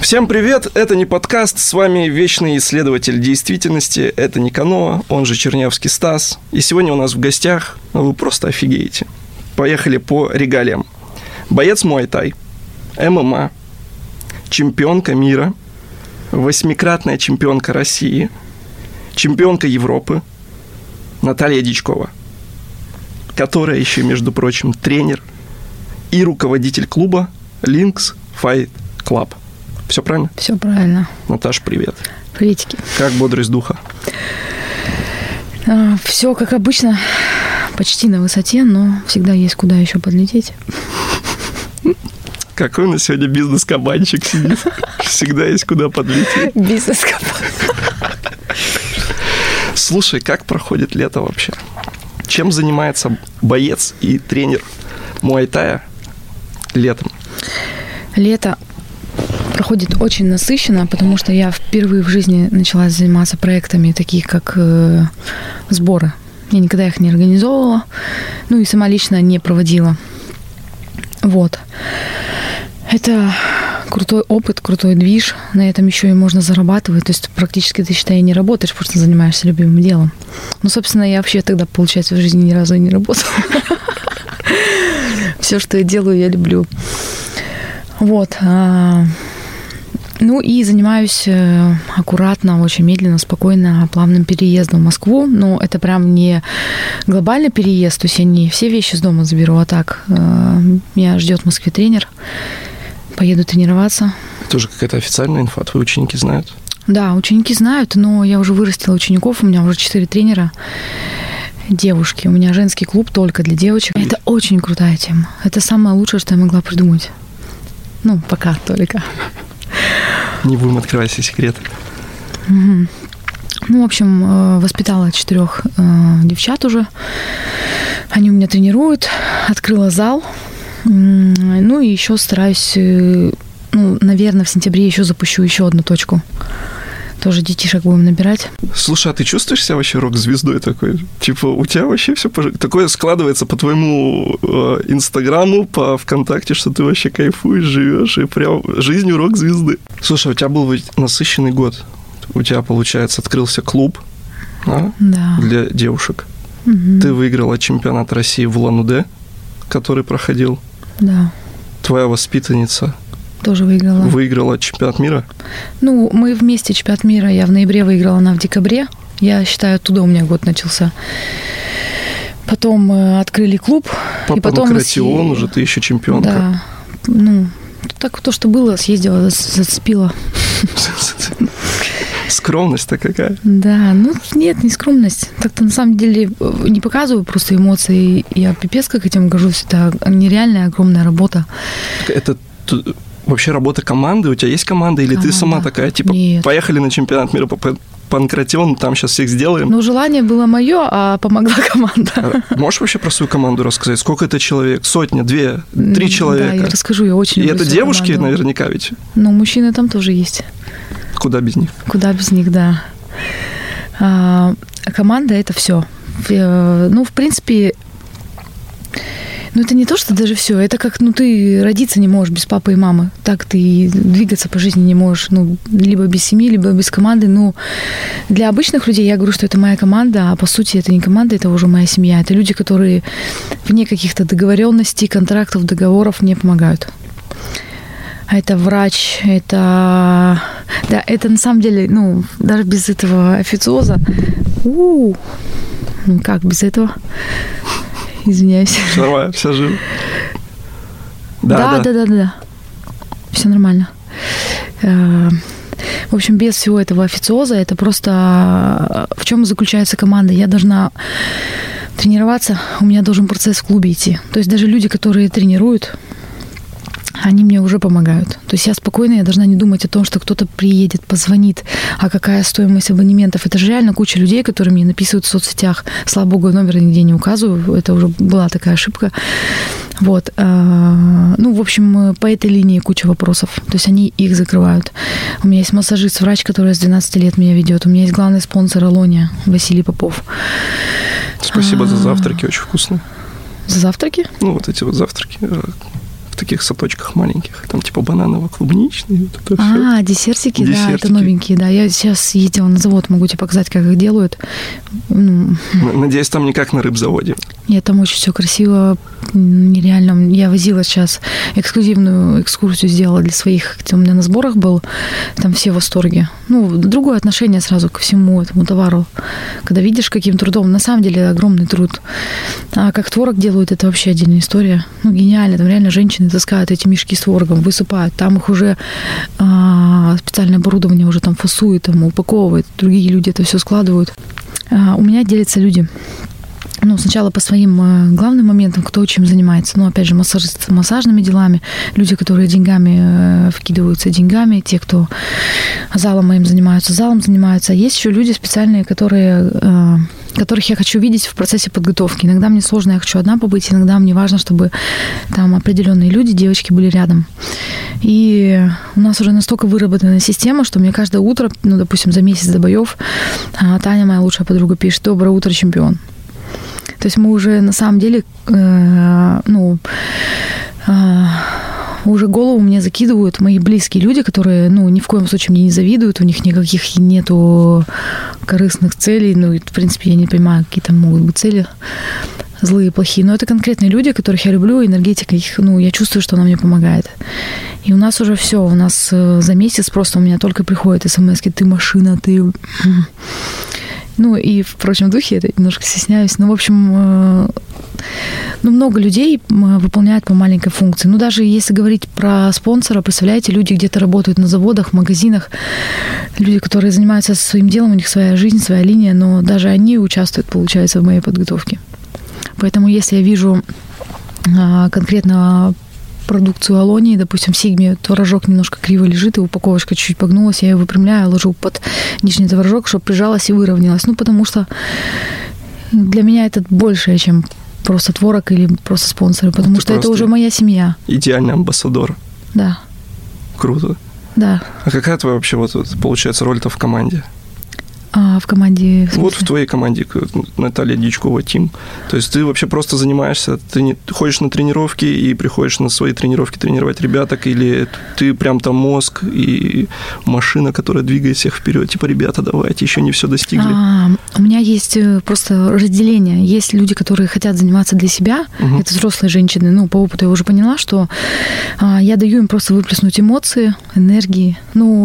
Всем привет, это не подкаст, с вами вечный исследователь действительности, это Никонова, он же Чернявский Стас. И сегодня у нас в гостях, вы просто офигеете. Поехали по регалиям. Боец муай-тай, ММА, чемпионка мира, 8-кратная чемпионка России, чемпионка Европы Наталья Дичкова, которая еще, между прочим, тренер и руководитель клуба Lynx Fight Club. Все правильно? Все правильно. Наташ, привет. Приветики. Как бодрость духа? Все как обычно, почти на высоте, но всегда есть куда еще подлететь. Какой у нас сегодня бизнес-кабанчик сидит. Всегда есть куда подлететь. Бизнес-кабан. Слушай, как проходит лето вообще? Чем занимается боец и тренер муай-тая летом? Лето проходит очень насыщенно, потому что я впервые в жизни начала заниматься проектами, таких как сборы. Я никогда их не организовывала, ну и сама лично не проводила. Вот. Это крутой опыт, крутой движ. На этом еще и можно зарабатывать. То есть практически ты, считай, не работаешь, просто занимаешься любимым делом. Ну, собственно, я вообще тогда, получается, в жизни ни разу и не работала. Все, что я делаю, я люблю. Вот. Ну и занимаюсь аккуратно, очень медленно, спокойно, плавным переездом в Москву. Но это прям не глобальный переезд, то есть я не все вещи с дома заберу, а так. Меня ждет в Москве тренер. Поеду тренироваться. Это уже какая-то официальная инфа, твои ученики знают? Да, ученики знают, но я уже вырастила учеников, у меня уже 4 тренера. Девушки. У меня женский клуб только для девочек. Это очень крутая тема. Это самое лучшее, что я могла придумать. Ну, пока только. Не будем открывать все секреты. Угу. Ну, в общем, воспитала 4 девчат уже. Они у меня тренируют. Открыла зал. Ну, и еще стараюсь, ну, наверное, в сентябре еще запущу еще одну точку. Тоже детишек будем набирать. Слушай, а ты чувствуешь себя вообще рок-звездой такой? Типа, у тебя вообще все такое складывается по твоему Инстаграму, по ВКонтакте, что ты вообще кайфуешь, живешь, и прям жизнью рок-звезды. Слушай, у тебя был насыщенный год. У тебя, получается, открылся клуб, да. Для девушек. Угу. Ты выиграла чемпионат России в Улан-Удэ, который проходил. Да. Твоя воспитанница тоже выиграла. Выиграла чемпионат мира? Ну, мы вместе чемпионат мира. Я в ноябре выиграла, она в декабре. Я считаю, оттуда у меня год начался. Потом открыли клуб. По панкратиону уже ты еще чемпионка. Да. Ну, так то, что было, съездила, зацепила. Скромность-то какая? Да, ну нет, не скромность. Так-то на самом деле не показываю просто эмоции. Я пипец как этим горжусь. Это нереальная огромная работа. Это вообще работа команды? У тебя есть команда? Или ты сама такая, типа, нет. Поехали на чемпионат мира по панкратиону, там сейчас всех сделаем? Ну, желание было мое, а помогла команда. Можешь вообще про свою команду рассказать? Сколько это человек? 100, 2, 3 человека? Да, я расскажу, я очень люблю. И это девушки команду. Наверняка ведь? Ну, мужчины там тоже есть. Куда без них? Куда без них, да. Команда – это все. Ну, в принципе, ну, это не то, что даже все. Это как, ну, ты родиться не можешь без папы и мамы. Так ты двигаться по жизни не можешь. Ну, либо без семьи, либо без команды. Ну, для обычных людей я говорю, что это моя команда, а по сути это не команда, это уже моя семья. Это люди, которые вне каких-то договоренностей, контрактов, договоров мне помогают. Это врач, это... Да, это на самом деле, ну, даже без этого официоза... Ну, как без этого? Извиняюсь. Все нормально, все живы. Да. Все нормально. В общем, без всего этого официоза, это просто... В чем заключается команда? Я должна тренироваться, у меня должен процесс в клубе идти. То есть даже люди, которые тренируют, они мне уже помогают. То есть я спокойно, я должна не думать о том, что кто-то приедет, позвонит, а какая стоимость абонементов. Это же реально куча людей, которые мне написывают в соцсетях. Слава богу, я номер нигде не указываю. Это уже была такая ошибка. Вот. Ну, в общем, по этой линии куча вопросов. То есть они их закрывают. У меня есть массажист, врач, который с 12 лет меня ведет. У меня есть главный спонсор Алония, Василий Попов. Спасибо за завтраки, очень вкусно. За завтраки? Ну, вот эти вот завтраки. В таких соточках маленьких, там типа бананово-клубничный. Вот это все. Десертики, да, это новенькие, да. Я сейчас ездила на завод, могу тебе показать, как их делают. Надеюсь, там не как на рыбзаводе. Нет, там очень все красиво, нереально. Я возила сейчас эксклюзивную экскурсию, сделала для своих, где у меня на сборах был, там все в восторге. Другое отношение сразу ко всему этому товару. Когда видишь, каким трудом, на самом деле огромный труд. А как творог делают, это вообще отдельная история. Гениально. Там реально женщины таскают эти мешки с творогом, высыпают. Там их уже специальное оборудование уже там фасует, там упаковывает. Другие люди это все складывают. У меня делятся люди. Сначала по своим главным моментам, кто чем занимается. Опять же, массажными делами, люди, которые деньгами вкидываются деньгами, те, кто залом моим занимаются, залом занимаются. А есть еще люди специальные, которых я хочу видеть в процессе подготовки. Иногда мне сложно, я хочу одна побыть, иногда мне важно, чтобы там определенные люди, девочки были рядом. И у нас уже настолько выработана система, что мне каждое утро, допустим, за месяц до боев, Таня, моя лучшая подруга, пишет: «Доброе утро, чемпион». То есть мы уже на самом деле, уже голову мне закидывают мои близкие люди, которые, ни в коем случае мне не завидуют, у них никаких нету корыстных целей, в принципе, я не понимаю, какие там могут быть цели, злые, плохие, но это конкретные люди, которых я люблю, энергетика их, я чувствую, что она мне помогает. И у нас уже все, у нас за месяц просто у меня только приходят смс-ки: ты машина, ты... и в прочем духе, я немножко стесняюсь. В общем, много людей выполняют по маленькой функции. Даже если говорить про спонсора, представляете, люди где-то работают на заводах, в магазинах, люди, которые занимаются своим делом, у них своя жизнь, своя линия, но даже они участвуют, получается, в моей подготовке. Поэтому если я вижу конкретно продукцию Алонии, допустим, в Сигме творожок немножко криво лежит, и упаковочка чуть-чуть погнулась, я ее выпрямляю, ложу под нижний творожок, чтобы прижалась и выровнялась. Потому что для меня это большее, чем просто творог или просто спонсоры, потому что это уже моя семья. Идеальный амбассадор. Да. Круто. Да. А какая твоя вообще получается роль-то в команде? В команде... В твоей команде, Наталья Дьячкова, Тим. То есть ты вообще просто занимаешься, ты не ходишь на тренировки и приходишь на свои тренировки тренировать ребяток, или ты прям там мозг и машина, которая двигает всех вперед, типа: ребята, давайте, еще не все достигли? У меня есть просто разделение. Есть люди, которые хотят заниматься для себя, это взрослые женщины. По опыту я уже поняла, что я даю им просто выплеснуть эмоции, энергии.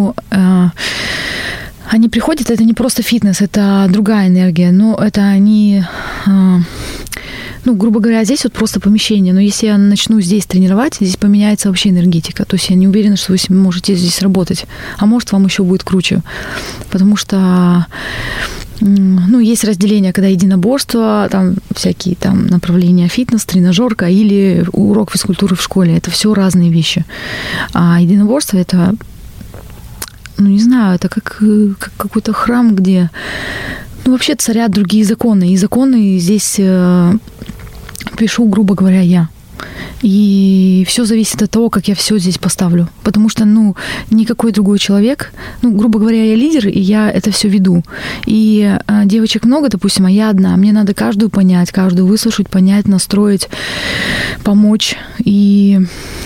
Они приходят, это не просто фитнес, это другая энергия, но это они, грубо говоря, здесь просто помещение, но если я начну здесь тренировать, здесь поменяется вообще энергетика, то есть я не уверена, что вы можете здесь работать, а может, вам еще будет круче, потому что, есть разделение, когда единоборство, там всякие там направления фитнес, тренажерка или урок физкультуры в школе, это все разные вещи, а единоборство — это... не знаю, это как какой-то храм, где, вообще царят другие законы. И законы здесь пишу, грубо говоря, я. И все зависит от того, как я все здесь поставлю. Потому что, никакой другой человек, грубо говоря, я лидер, и я это все веду. И девочек много, допустим, а я одна. Мне надо каждую понять, каждую выслушать, понять, настроить, помочь. И...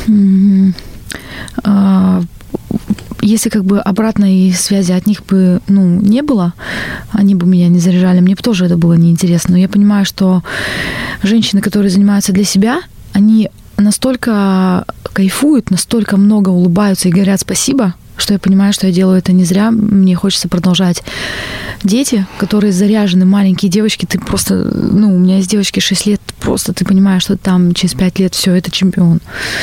если обратной связи от них бы, не было, они бы меня не заряжали, мне бы тоже это было неинтересно. Но я понимаю, что женщины, которые занимаются для себя, они настолько кайфуют, настолько много улыбаются и говорят спасибо, что я понимаю, что я делаю это не зря, мне хочется продолжать. Дети, которые заряжены, маленькие девочки, ты просто, у меня есть девочки 6 лет, просто ты понимаешь, что там через 5 лет все, это чемпион.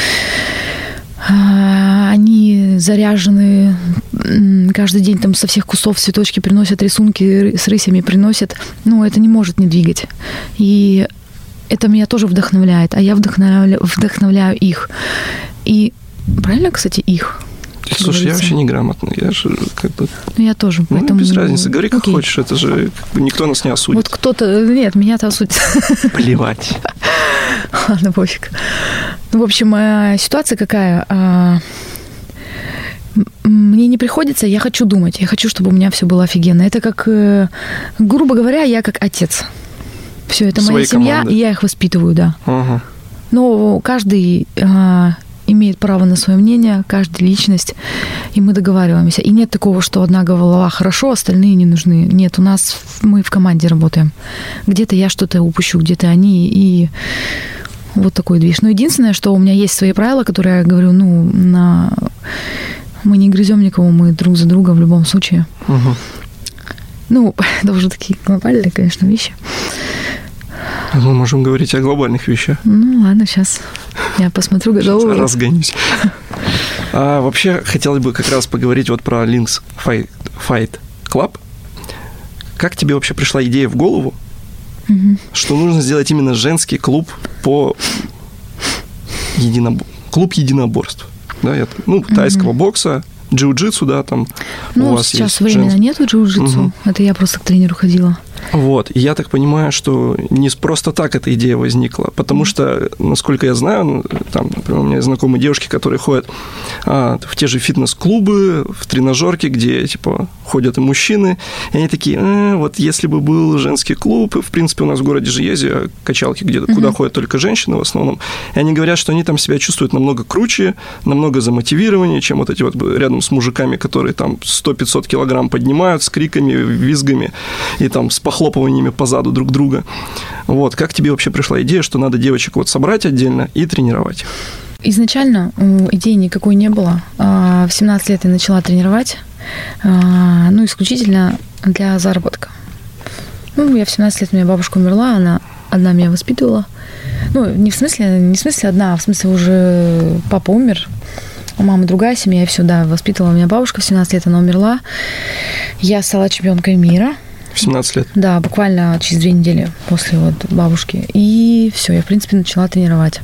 Они заряжены, каждый день там со всех кустов цветочки приносят, рисунки с рысями приносят. Это не может не двигать. И это меня тоже вдохновляет, а я вдохновляю их. И правильно, кстати, их? Слушай, говорится? Я вообще неграмотный, я же я тоже, поэтому... без разницы, говори как хочешь, это же никто нас не осудит. Вот кто-то... Нет, меня-то осудит. Плевать. Ладно, пофиг. В общем, ситуация какая? Мне не приходится, я хочу думать, я хочу, чтобы у меня все было офигенно. Это как, грубо говоря, я как отец. Все, это моя семья, и я их воспитываю, да. Ага. Но каждый имеет право на свое мнение, каждая личность, и мы договариваемся. И нет такого, что одна голова хорошо, остальные не нужны. Нет, мы в команде работаем. Где-то я что-то упущу, где-то они, и вот такой движ. Но единственное, что у меня есть свои правила, которые я говорю, мы не грызем никого, мы друг за друга в любом случае. Угу. Ну, это уже такие глобальные, конечно, вещи. Мы можем говорить о глобальных вещах. Ну, ладно, сейчас я посмотрю, готова. Разгонюсь. А вообще, хотелось бы как раз поговорить вот про Lynx Fight Club. Как тебе вообще пришла идея в голову, что нужно сделать именно женский клуб по клуб единоборств? Да, тайского бокса, джиу-джитсу, да, там у вас сейчас есть временно нету джиу-джитсу, это я просто к тренеру ходила. Вот, и я так понимаю, что не просто так эта идея возникла, потому что, насколько я знаю, там, например, у меня знакомые девушки, которые ходят в те же фитнес-клубы, в тренажерки, где, типа, ходят и мужчины, и они такие, вот если бы был женский клуб, и, в принципе, у нас в городе же есть качалки, куда ходят только женщины в основном, и они говорят, что они там себя чувствуют намного круче, намного замотивированнее, чем вот эти вот рядом с мужиками, которые там 100-500 килограмм поднимают с криками, визгами и там с похлопываниями по заду друг друга. Вот. Как тебе вообще пришла идея, что надо девочек вот собрать отдельно и тренировать их? Изначально идеи никакой не было. В 17 лет я начала тренировать, исключительно для заработка. Я в 17 лет, у меня бабушка умерла, она одна меня воспитывала. Не в смысле одна, а в смысле уже папа умер, у мамы другая семья, и все, да, воспитывала меня бабушка в 17 лет, она умерла. Я стала чемпионкой мира. В 17 лет? Да, буквально через 2 недели после вот бабушки. И все, я, в принципе, начала тренировать.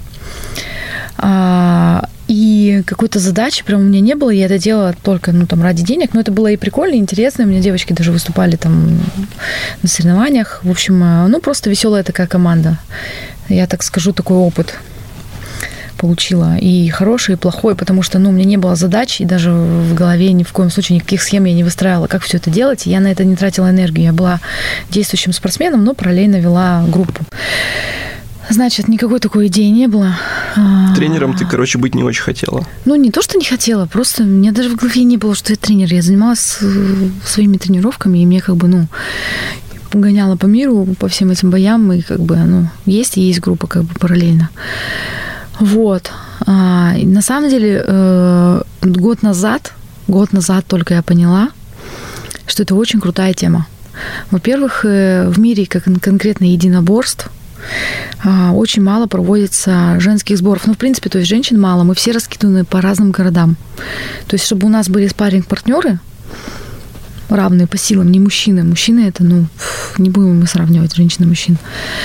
И какой-то задачи прям у меня не было, я это делала только, ради денег, но это было и прикольно, и интересно, у меня девочки даже выступали там на соревнованиях, в общем, просто веселая такая команда, я так скажу, такой опыт получила, и хороший, и плохой, потому что, у меня не было задач, и даже в голове ни в коем случае никаких схем я не выстраивала, как все это делать, и я на это не тратила энергию, я была действующим спортсменом, но параллельно вела группу. Значит, никакой такой идеи не было. Тренером ты, быть не очень хотела? Не то, что не хотела, просто у меня даже в голове не было, что я тренер. Я занималась своими тренировками, и мне гоняла по миру, по всем этим боям, и есть и есть группа параллельно. Вот. На самом деле, год назад только я поняла, что это очень крутая тема. Во-первых, в мире конкретно единоборств очень мало проводится женских сборов. В принципе, то есть женщин мало, мы все раскиданы по разным городам. То есть, чтобы у нас были спарринг-партнеры, равные по силам, не мужчины. Мужчины это, не будем мы сравнивать женщин и мужчин.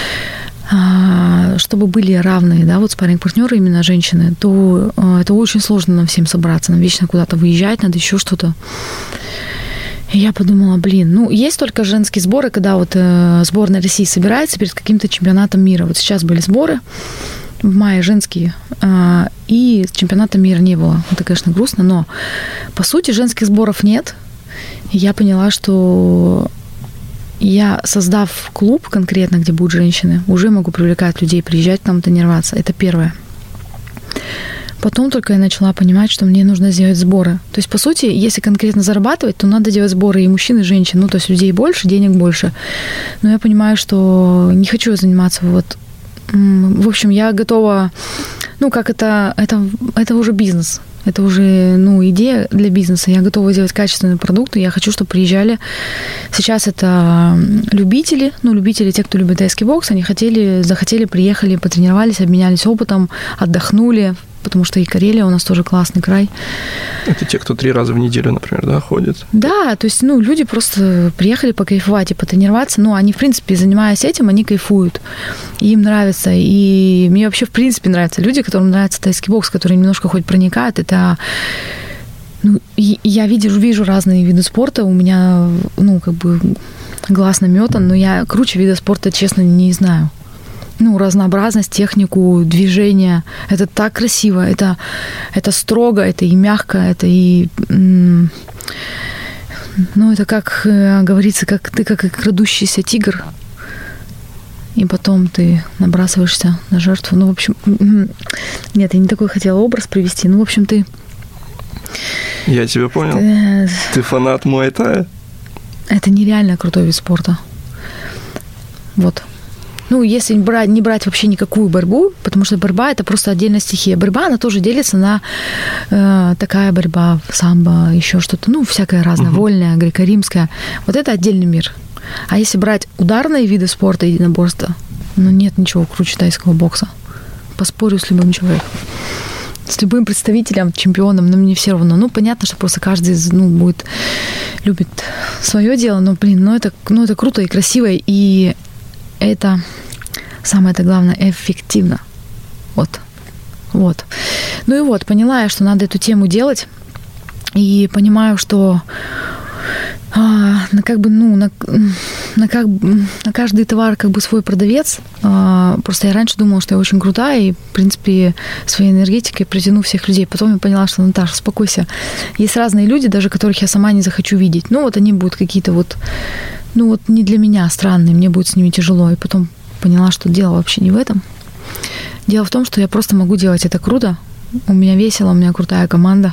Чтобы были равные, да, вот спарринг-партнеры именно женщины, то это очень сложно нам всем собраться. Нам вечно куда-то выезжать, надо еще что-то. И я подумала, есть только женские сборы, когда вот сборная России собирается перед каким-то чемпионатом мира. Вот сейчас были сборы в мае женские, и чемпионата мира не было. Это, конечно, грустно, но по сути женских сборов нет. И я поняла, что я, создав клуб конкретно, где будут женщины, уже могу привлекать людей, приезжать к нам тренироваться. Это первое. Потом только я начала понимать, что мне нужно сделать сборы. То есть, по сути, если конкретно зарабатывать, то надо делать сборы и мужчин, и женщин. То есть людей больше, денег больше. Но я понимаю, что не хочу заниматься в общем, я готова... это уже бизнес. Это уже, идея для бизнеса. Я готова делать качественные продукты. Я хочу, чтобы приезжали. Сейчас это любители, те, кто любит тайский бокс, они захотели, приехали, потренировались, обменялись опытом, отдохнули, потому что и Карелия у нас тоже классный край. Это те, кто 3 раза в неделю, например, да, ходят? Да, то есть, люди просто приехали покайфовать и потренироваться. Они, в принципе, занимаясь этим, они кайфуют. И им нравится. И мне вообще, в принципе, нравятся люди, которым нравится тайский бокс, которые немножко хоть проникают. Это... я вижу разные виды спорта. У меня, глаз наметан, но я круче вида спорта, честно, не знаю. Разнообразность, технику, движения. Это так красиво, это строго, это и мягко, это и... это как говорится, как ты как крадущийся тигр. и потом ты набрасываешься на жертву. Ну, в общем, нет, я не такой хотела образ привести. Ну, в общем, ты... Я тебя понял. Ты фанат муай-тая? Это нереально крутой вид спорта. Вот. Ну, если не брать вообще никакую борьбу, потому что борьба – это просто отдельная стихия. Борьба, она тоже делится на такая борьба, самбо, еще что-то, ну, всякое разное, вольная, греко-римская. Вот это отдельный мир. А если брать ударные виды спорта, единоборства, ну, нет ничего круче тайского бокса. Поспорю с любым человеком. С любым представителем, чемпионом, но мне все равно. Ну, понятно, что просто каждый, любит свое дело, но, это круто и красиво, и это самое-то главное, эффективно. Вот. Ну и вот, поняла я, что надо эту тему делать, и понимаю, что на каждый товар свой продавец. Просто я раньше думала, что я очень крутая, и, в принципе, своей энергетикой притяну всех людей. Потом я поняла, что, Наташа, успокойся. Есть разные люди, даже которых я сама не захочу видеть. Ну, вот они будут какие-то не для меня странные, мне будет с ними тяжело. И потом поняла, что дело вообще не в этом. Дело в том, что я просто могу делать это круто. У меня весело, у меня крутая команда.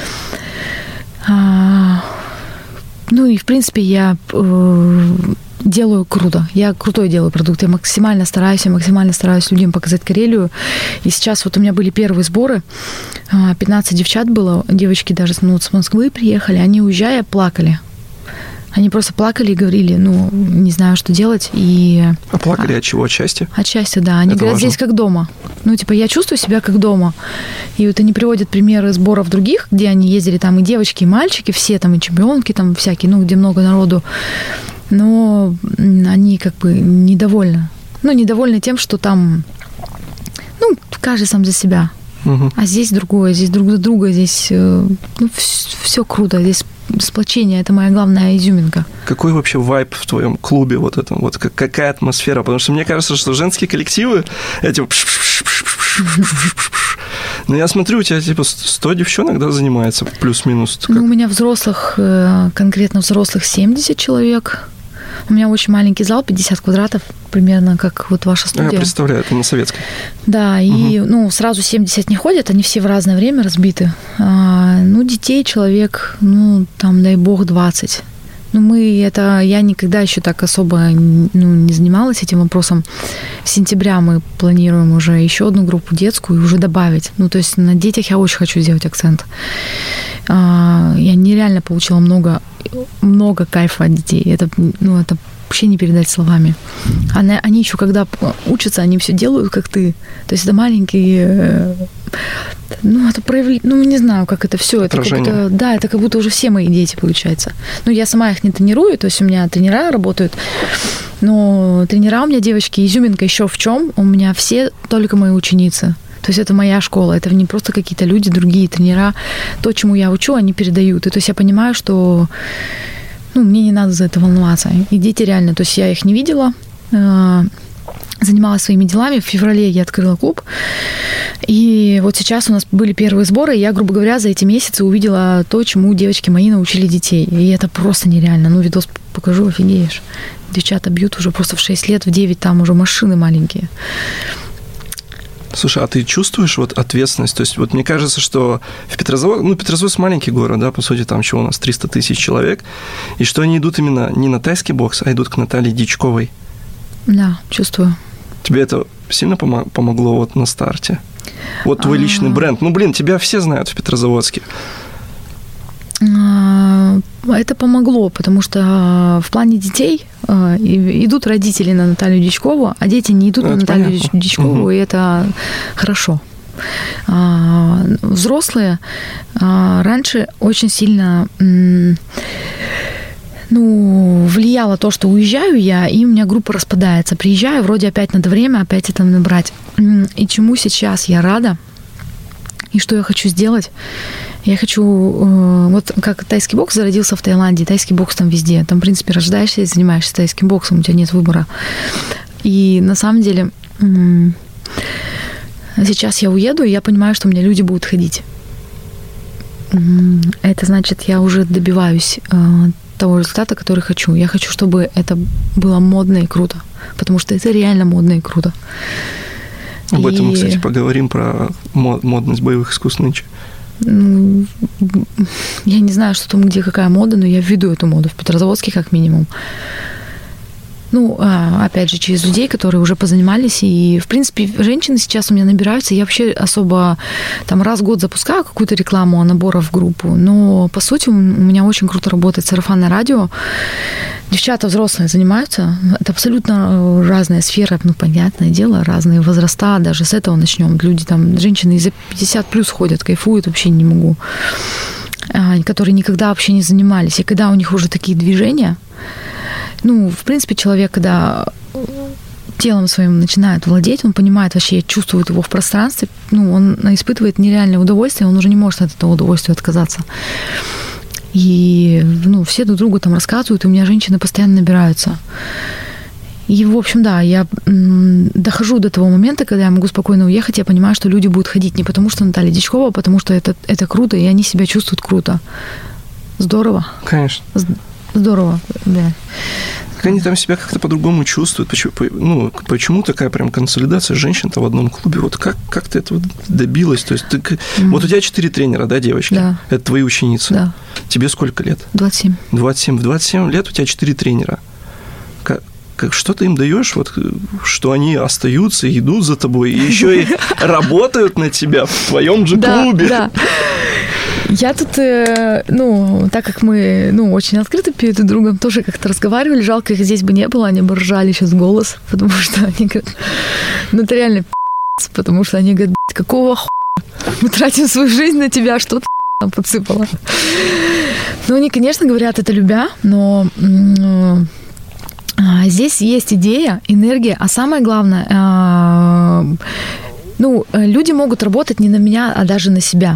Ну и, в принципе, я делаю круто. Я крутой делаю продукт. Я максимально стараюсь людям показать Карелию. И сейчас вот у меня были первые сборы. 15 девчат было. Девочки даже с Москвы приехали. Они, уезжая, плакали. Они просто плакали и говорили, не знаю, что делать. А плакали от чего? От счастья? От счастья, да. Они говорят, здесь как дома. Я чувствую себя как дома. И вот они приводят примеры сборов других, где они ездили, там и девочки, и мальчики, все там, и чемпионки там всякие, где много народу. Но они недовольны. Недовольны тем, что там, каждый сам за себя. Угу. А здесь другое, здесь друг за друга, здесь все круто, здесь сплочение, это моя главная изюминка. Какой вообще вайб в твоем клубе вот этом? Вот какая атмосфера? Потому что мне кажется, что женские коллективы эти... Но я смотрю, у тебя 100 девчонок, да, занимается, плюс-минус? У меня взрослых, конкретно взрослых 70 человек. У меня очень маленький зал, 50 квадратов, примерно как вот ваша студия. Я представляю, это на Советской. Да, и сразу 70 не ходят, они все в разное время разбиты. Детей человек, дай бог, 20. Я никогда еще так особо не занималась этим вопросом. С сентября мы планируем уже еще одну группу детскую и уже добавить. То есть на детях я очень хочу сделать акцент. Я нереально получила много кайфа от детей. Это вообще не передать словами. Они еще когда учатся, они все делают, как ты. То есть это маленькие... это проявление... не знаю, как это все. Это как будто, да, это как будто уже все мои дети, получается. Я сама их не тренирую, то есть у меня тренера работают, но тренера у меня, девочки, изюминка еще в чем? У меня все только мои ученицы. То есть это моя школа, это не просто какие-то люди, другие тренера. То, чему я учу, они передают. И то есть я понимаю, что мне не надо за это волноваться. И дети реально, то есть я их не видела, занималась своими делами. В феврале я открыла клуб. И вот сейчас у нас были первые сборы, и я, грубо говоря, за эти месяцы увидела то, чему девочки мои научили детей. И это просто нереально. Видос покажу, офигеешь. Девчата бьют уже просто в 6 лет, в 9 там уже машины маленькие. Слушай, а ты чувствуешь ответственность? То есть мне кажется, что в Петрозаводск маленький город, да, по сути, там чего у нас 300 тысяч человек, и что они идут именно не на тайский бокс, а идут к Наталье Дичковой. Да, чувствую. Тебе это сильно помогло на старте? Твой личный бренд. Тебя все знают в Петрозаводске. Это помогло, потому что в плане детей идут родители на Наталью Дичкову, а дети не идут на Наталью Дичкову, и это хорошо. Взрослые раньше очень сильно влияло то, что уезжаю я, и у меня группа распадается. Приезжаю, вроде опять надо время, опять это набрать. И чему сейчас я рада, и что я хочу сделать? Я хочу... как тайский бокс зародился в Таиланде, тайский бокс там везде. Там, в принципе, рождаешься и занимаешься тайским боксом, у тебя нет выбора. И на самом деле сейчас я уеду, и я понимаю, что у меня люди будут ходить. Это значит, я уже добиваюсь того результата, который хочу. Я хочу, чтобы это было модно и круто, потому что это реально модно и круто. Об этом мы, кстати, поговорим, про модность боевых искусств нынче. Я не знаю, что там, где какая мода, но я введу эту моду в Петрозаводске как минимум. Опять же, через людей, которые уже позанимались. И, в принципе, женщины сейчас у меня набираются. Я вообще особо там раз в год запускаю какую-то рекламу набора в группу. Но, по сути, у меня очень круто работает сарафанное радио. Девчата взрослые занимаются. Это абсолютно разная сфера, понятное дело, разные возраста. Даже с этого начнем. Люди там, женщины из-за 50 плюс ходят, кайфуют, вообще не могу. Которые никогда вообще не занимались. И когда у них уже такие движения... в принципе, человек, когда телом своим начинает владеть, он понимает вообще, чувствует его в пространстве, он испытывает нереальное удовольствие, он уже не может от этого удовольствия отказаться. И, все друг другу там рассказывают, и у меня женщины постоянно набираются. И, в общем, да, я дохожу до того момента, когда я могу спокойно уехать, я понимаю, что люди будут ходить не потому, что Наталья Дичкова, а потому что это круто, и они себя чувствуют круто. Здорово. Конечно. Здорово, да. Как они там себя как-то по-другому чувствуют? Почему такая прям консолидация женщин-то в одном клубе? Вот как ты этого добилась? То есть вот у тебя 4 тренера, да, девочки? Да. Это твои ученицы? Да. Тебе сколько лет? 27. 27. В 27 лет у тебя 4 тренера. Что ты им даешь, что они остаются, идут за тобой, и еще и работают на тебя в твоем же клубе? Да. Я тут, так как мы, очень открыто перед другом тоже как-то разговаривали, жалко, их здесь бы не было, они бы ржали сейчас в голос, потому что они говорят, это реально потому что они говорят, какого мы тратим свою жизнь на тебя, что ты там подсыпала. Они, конечно, говорят это любя, но здесь есть идея, энергия, а самое главное, люди могут работать не на меня, а даже на себя.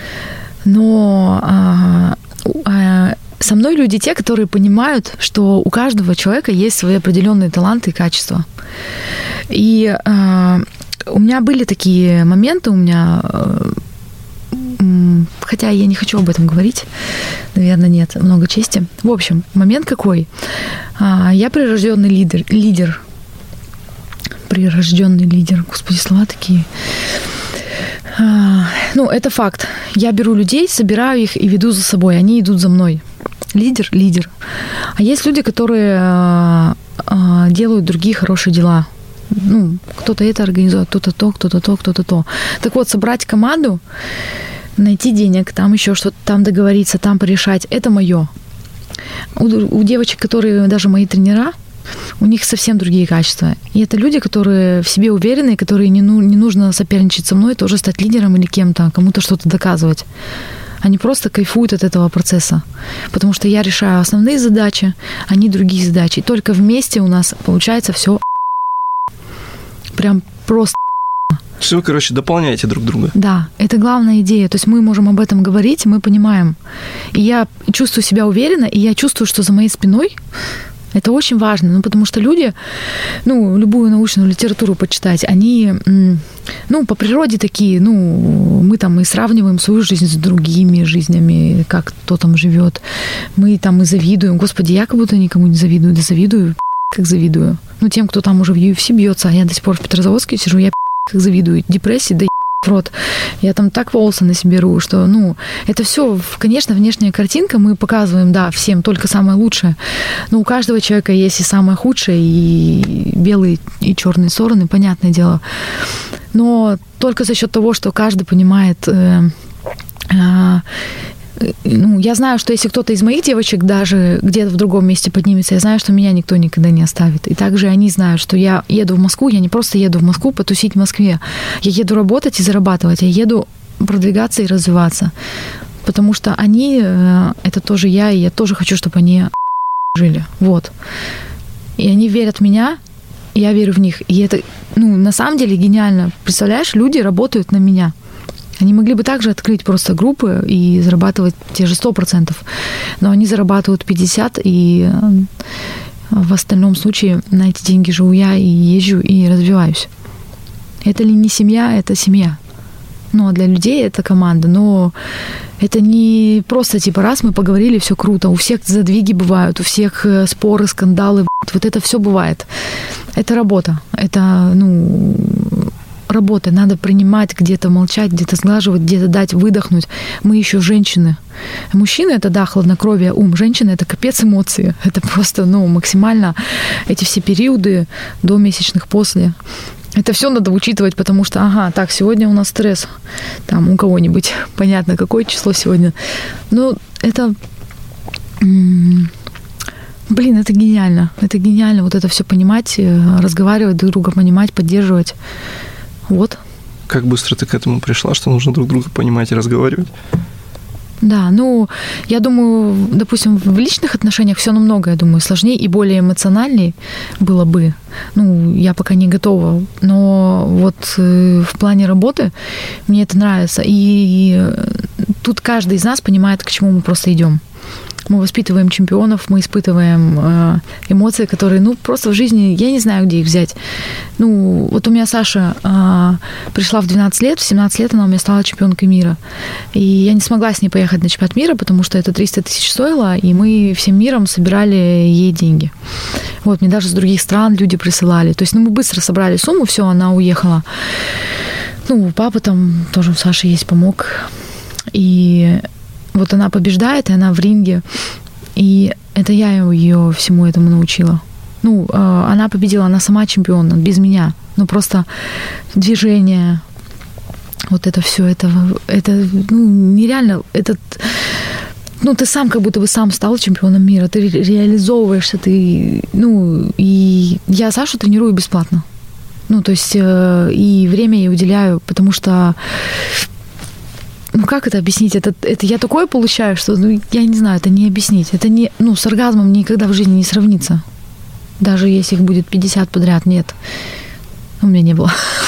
Но со мной люди те, которые понимают, что у каждого человека есть свои определенные таланты и качества. И у меня были такие моменты, хотя я не хочу об этом говорить, наверное, нет, много чести. В общем, момент какой? Я прирожденный лидер. Прирожденный лидер. Господи, слова такие. Это факт. Я беру людей, собираю их и веду за собой. Они идут за мной. Лидер. А есть люди, которые делают другие хорошие дела. Кто-то это организует, кто-то то. Так вот, собрать команду, найти денег, там еще что-то, там договориться, там порешать, это мое. У девочек, которые даже мои тренера, у них совсем другие качества. И это люди, которые в себе уверены, которые не нужно соперничать со мной, тоже стать лидером или кем-то, кому-то что-то доказывать. Они просто кайфуют от этого процесса. Потому что я решаю основные задачи, они другие задачи. И только вместе у нас получается все прям просто. Все вы, дополняете друг друга. Да, это главная идея. То есть мы можем об этом говорить, мы понимаем. И я чувствую себя уверенно, и я чувствую, что за моей спиной это очень важно, потому что люди, любую научную литературу почитать, они, по природе такие, мы там и сравниваем свою жизнь с другими жизнями, как кто там живет, мы там и завидуем. Господи, я как будто никому не завидую, да завидую, как завидую. Тем, кто там уже в UFC бьется, а я до сих пор в Петрозаводске сижу, я как завидую. Депрессии, да в рот. Я там так волосы на себе рву, что, это все, конечно, внешняя картинка, мы показываем, да, всем только самое лучшее, но у каждого человека есть и самое худшее, и белые, и черные стороны, понятное дело. Но только за счет того, что каждый понимает, я знаю, что если кто-то из моих девочек даже где-то в другом месте поднимется, я знаю, что меня никто никогда не оставит. И также они знают, что я еду в Москву, я не просто еду в Москву потусить в Москве. Я еду работать и зарабатывать, я еду продвигаться и развиваться. Потому что они, это тоже я, и я тоже хочу, чтобы они жили. Вот. И они верят в меня, и я верю в них. И это, на самом деле гениально. Представляешь, люди работают на меня. Они могли бы также открыть просто группы и зарабатывать те же 100%, но они зарабатывают 50%, и в остальном случае на эти деньги живу я и езжу, и развиваюсь. Это ли не семья, это семья. Ну, а для людей это команда. Но это не просто, типа, раз мы поговорили, все круто. У всех задвиги бывают, у всех споры, скандалы. Вот это все бывает. Это работа. Это, работа. Надо принимать, где-то молчать, где-то сглаживать, где-то дать выдохнуть. Мы еще женщины. Мужчины — это, да, хладнокровие, ум. Женщины — это капец эмоции. Это просто, максимально эти все периоды до месячных, после. Это все надо учитывать, потому что, так, сегодня у нас стресс. Там у кого-нибудь, понятно, какое число сегодня. Это... это гениально. Это гениально вот это все понимать, разговаривать друг друга, понимать, поддерживать. Вот. Как быстро ты к этому пришла, что нужно друг друга понимать и разговаривать? Да, я думаю, допустим, в личных отношениях все намного, я думаю, сложнее и более эмоциональнее было бы. Я пока не готова, но вот в плане работы мне это нравится. И тут каждый из нас понимает, к чему мы просто идем. Мы воспитываем чемпионов, мы испытываем эмоции, которые, просто в жизни, я не знаю, где их взять. Вот у меня Саша пришла в 12 лет, в 17 лет она у меня стала чемпионкой мира. И я не смогла с ней поехать на чемпионат мира, потому что это 300 тысяч стоило, и мы всем миром собирали ей деньги. Вот, мне даже с других стран люди присылали. То есть, мы быстро собрали сумму, все, она уехала. Папа там тоже у Саши есть, помог. И... Вот она побеждает, и она в ринге. И это я ее всему этому научила. Она победила, она сама чемпион, без меня. Просто движение, вот это все, это нереально. Ты сам как будто бы сам стал чемпионом мира. Ты реализовываешься, и я Сашу тренирую бесплатно. То есть и время ей уделяю, потому что... как это объяснить? Это я такое получаю, что, я не знаю, это не объяснить. Это не, с оргазмом никогда в жизни не сравнится. Даже если их будет 50 подряд, нет. У меня не было.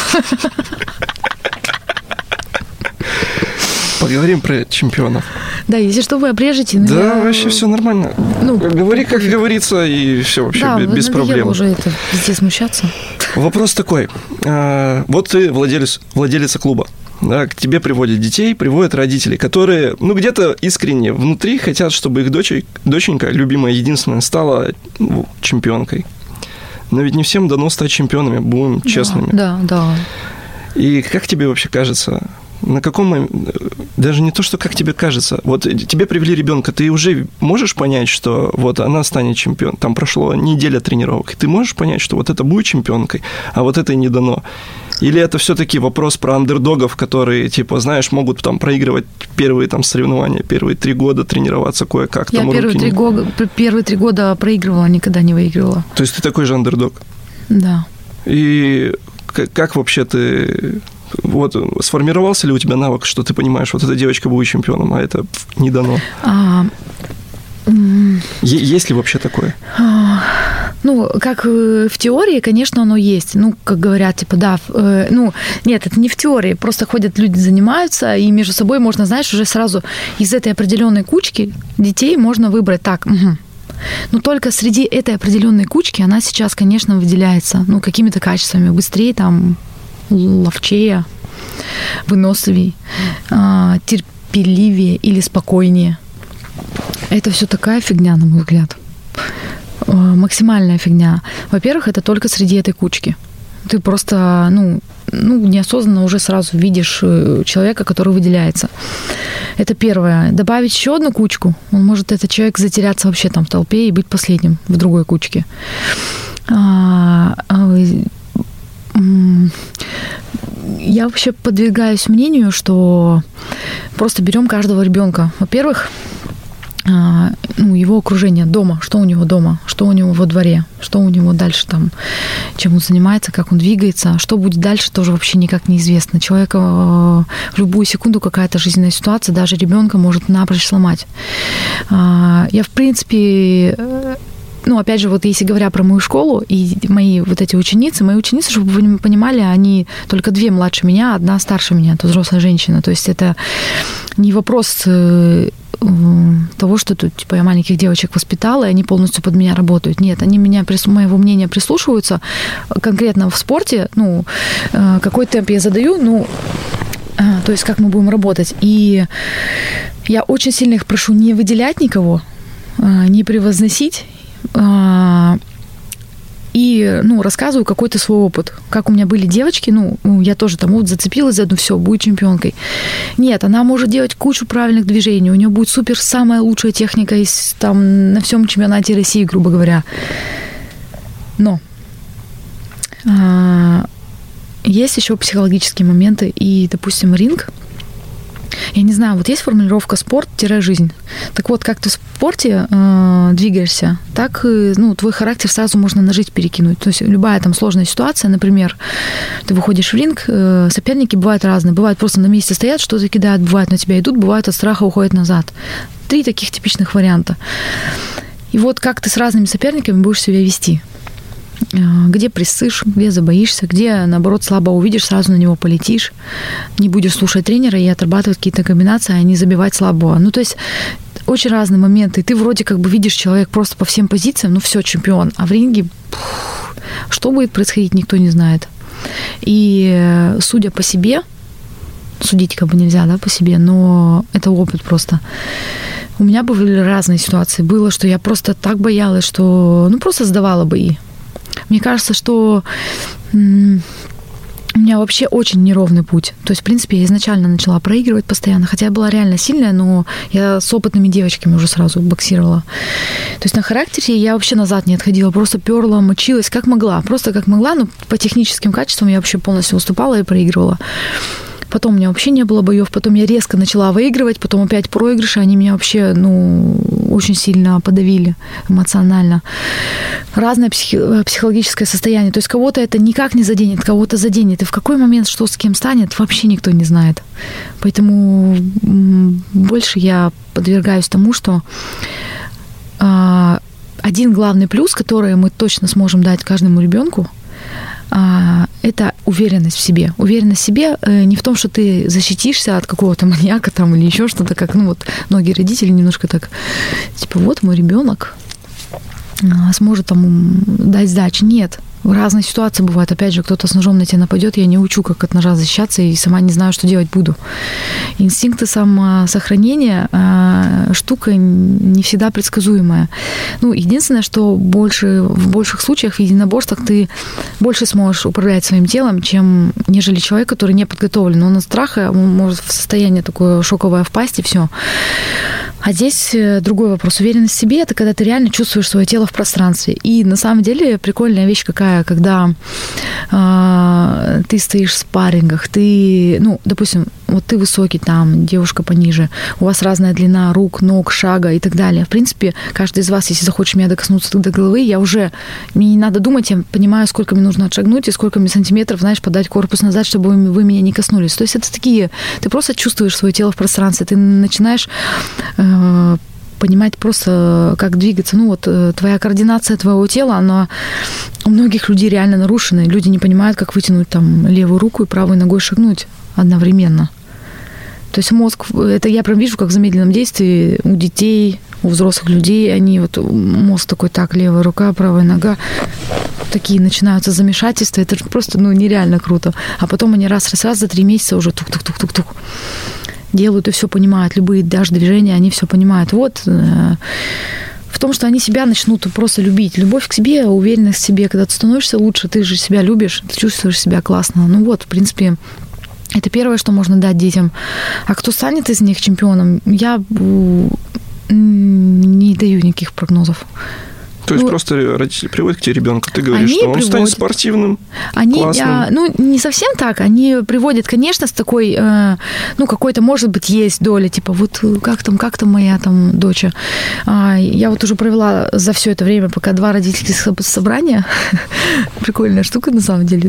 Поговорим про чемпионов. Да, если что, вы обрежете. Да, вообще все нормально. Говори, как говорится, и все вообще без проблем. Да, уже это везде смущаться. Вопрос такой. Вот ты владелица клуба. Да, к тебе приводят детей, приводят родителей, которые, где-то искренне внутри хотят, чтобы их доченька, любимая, единственная, стала чемпионкой. Но ведь не всем дано стать чемпионами, будем честными. Да. И как тебе вообще кажется, на каком... Даже не то, что как тебе кажется. Вот тебе привели ребенка, ты уже можешь понять, что вот она станет чемпионом? Там прошла неделя тренировок, и ты можешь понять, что вот это будет чемпионкой, а вот это не дано? Или это все-таки вопрос про андердогов, которые, могут там проигрывать первые там соревнования, первые 3 года тренироваться кое-как? Я первые 3 года проигрывала, никогда не выигрывала. То есть ты такой же андердог? Да. И как вообще ты... Вот сформировался ли у тебя навык, что ты понимаешь, вот эта девочка будет чемпионом, а это не дано? Есть ли вообще такое? Как в теории, конечно, оно есть. Как говорят, нет, это не в теории. Просто ходят люди, занимаются, и между собой можно, уже сразу из этой определенной кучки детей можно выбрать так. Но только среди этой определенной кучки она сейчас, конечно, выделяется, какими-то качествами. Быстрее, ловчее, выносливее, терпеливее или спокойнее. Это все такая фигня, на мой взгляд. Максимальная фигня. Во-первых, это только среди этой кучки. Ты просто, неосознанно уже сразу видишь человека, который выделяется. Это первое. Добавить еще одну кучку, может этот человек затеряться вообще там в толпе и быть последним в другой кучке. Я вообще подвигаюсь мнению, что просто берем каждого ребенка. Во-первых, его окружение дома, что у него дома, что у него во дворе, что у него дальше там, чем он занимается, как он двигается, что будет дальше, тоже вообще никак неизвестно. Человека в любую секунду какая-то жизненная ситуация, даже ребенка может напрочь сломать. Я, в принципе, опять же, вот если говоря про мою школу и мои вот эти ученицы, чтобы вы понимали, они только 2 младше меня, 1 старше меня, это взрослая женщина. То есть это не вопрос того, что тут, я маленьких девочек воспитала, и они полностью под меня работают. Нет, они моего мнения прислушиваются. Конкретно в спорте, какой темп я задаю, то есть как мы будем работать. И я очень сильно их прошу не выделять никого, не превозносить, и, рассказываю какой-то свой опыт. Как у меня были девочки, я тоже там вот зацепилась за одну, все, будет чемпионкой. Нет, она может делать кучу правильных движений, у нее будет супер самая лучшая техника на всем чемпионате России, грубо говоря. Но есть еще психологические моменты, и, допустим, ринг. Я не знаю, вот есть формулировка «спорт-жизнь». Так вот, как ты в спорте двигаешься, так твой характер сразу можно на жизнь перекинуть. То есть любая там сложная ситуация, например, ты выходишь в ринг, соперники бывают разные. Бывают просто на месте стоят, что-то кидают, бывают на тебя идут, бывают от страха уходят назад. 3 таких типичных варианта. И вот как ты с разными соперниками будешь себя вести. Где присышь, где забоишься, где, наоборот, слабо увидишь, сразу на него полетишь, не будешь слушать тренера и отрабатывать какие-то комбинации, а не забивать слабого. То есть очень разные моменты. И ты вроде как бы видишь человек просто по всем позициям, все, чемпион. А в ринге что будет происходить, никто не знает. И судя по себе, судить как бы нельзя, да, по себе, но это опыт просто. У меня были разные ситуации. Было, что я просто так боялась, что просто сдавала бои. Мне кажется, что у меня вообще очень неровный путь. То есть, в принципе, я изначально начала проигрывать постоянно, хотя я была реально сильная, но я с опытными девочками уже сразу боксировала. То есть на характере я вообще назад не отходила, просто перла, мочилась, как могла. Просто как могла, но по техническим качествам я вообще полностью уступала и проигрывала. Потом у меня вообще не было боев, потом я резко начала выигрывать, потом опять проигрыши, они меня вообще, очень сильно подавили эмоционально. Разное психологическое состояние. То есть кого-то это никак не заденет, кого-то заденет. И в какой момент что с кем станет, вообще никто не знает. Поэтому больше я подвергаюсь тому, что один главный плюс, который мы точно сможем дать каждому ребенку, это уверенность в себе. Уверенность в себе не в том, что ты защитишься от какого-то маньяка там или еще что-то, как, многие родители немножко так, вот мой ребенок сможет там дать сдачи. Нет. Разные ситуации бывают. Опять же, кто-то с ножом на тебя нападет, я не учу, как от ножа защищаться, и сама не знаю, что делать буду. Инстинкты самосохранения штука не всегда предсказуемая. Единственное, что в больших случаях в единоборствах ты больше сможешь управлять своим телом, нежели человек, который не подготовлен. Он от страха может в состояние такое шоковое впасть, и все. А здесь другой вопрос. Уверенность в себе – это когда ты реально чувствуешь свое тело в пространстве. И на самом деле прикольная вещь какая, когда ты стоишь в спаррингах, ты, допустим, вот ты высокий, там, девушка пониже, у вас разная длина рук, ног, шага и так далее. В принципе, каждый из вас, если захочет меня докоснуться до головы, мне не надо думать, я понимаю, сколько мне нужно отшагнуть и сколько мне сантиметров, подать корпус назад, чтобы вы меня не коснулись. То есть это ты просто чувствуешь свое тело в пространстве, ты начинаешь понимать просто, как двигаться. Твоя координация твоего тела, она у многих людей реально нарушена. Люди не понимают, как вытянуть там левую руку и правой ногой шагнуть одновременно. То есть мозг, это я прям вижу, как в замедленном действии у детей, у взрослых людей, мозг такой, так, левая рука, правая нога, такие начинаются замешательства, это же просто, нереально круто. А потом они раз за 3 месяца уже тук-тук-тук-тук-тук делают и все понимают, любые даже движения, они все понимают. В том, что они себя начнут просто любить. Любовь к себе, уверенность в себе, когда ты становишься лучше, ты же себя любишь, ты чувствуешь себя классно. В принципе, это первое, что можно дать детям. А кто станет из них чемпионом, я не даю никаких прогнозов. То есть просто родители приводят к тебе ребенка, ты говоришь, что он станет спортивным, классным? Не совсем так. Они приводят, конечно, с такой, какой-то, может быть, есть доля, как там моя там дочь. Я уже провела за все это время пока 2 родительских собрания. Прикольная штука, на самом деле.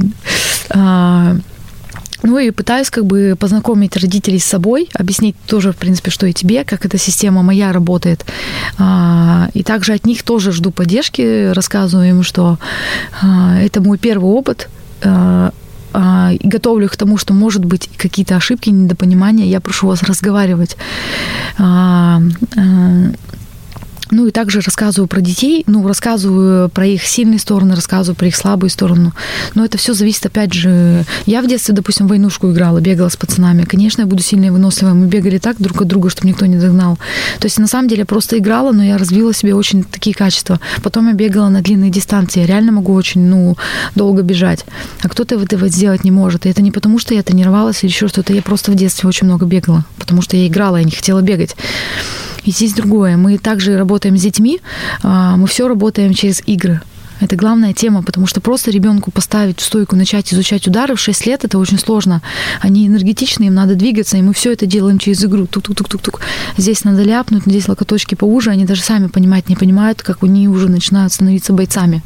И пытаюсь познакомить родителей с собой, объяснить тоже, в принципе, что и тебе, как эта система моя работает. И также от них тоже жду поддержки, рассказываю им, что это мой первый опыт, и готовлю их к тому, что, может быть, какие-то ошибки, недопонимания. Я прошу вас разговаривать Ну и также рассказываю про детей, рассказываю про их сильные стороны, рассказываю про их слабые стороны. Но это все зависит, опять же... Я в детстве, допустим, в войнушку играла, бегала с пацанами. Конечно, я буду сильной и выносливой. Мы бегали так друг от друга, чтобы никто не догнал. То есть, на самом деле, я просто играла, но я развила в себе очень такие качества. Потом я бегала на длинные дистанции. Я реально могу очень, долго бежать. А кто-то этого сделать не может. И это не потому, что я тренировалась или еще что-то. Я просто в детстве очень много бегала, потому что я играла, я не хотела бегать. И здесь другое. Мы также работаем с детьми, мы все работаем через игры. Это главная тема, потому что просто ребенку поставить в стойку, начать изучать удары в 6 лет, это очень сложно. Они энергетичные, им надо двигаться, и мы все это делаем через игру. Тук-тук-тук-тук-тук. Здесь надо ляпнуть, здесь локоточки поуже, они даже сами понимать не понимают, как они уже начинают становиться бойцами.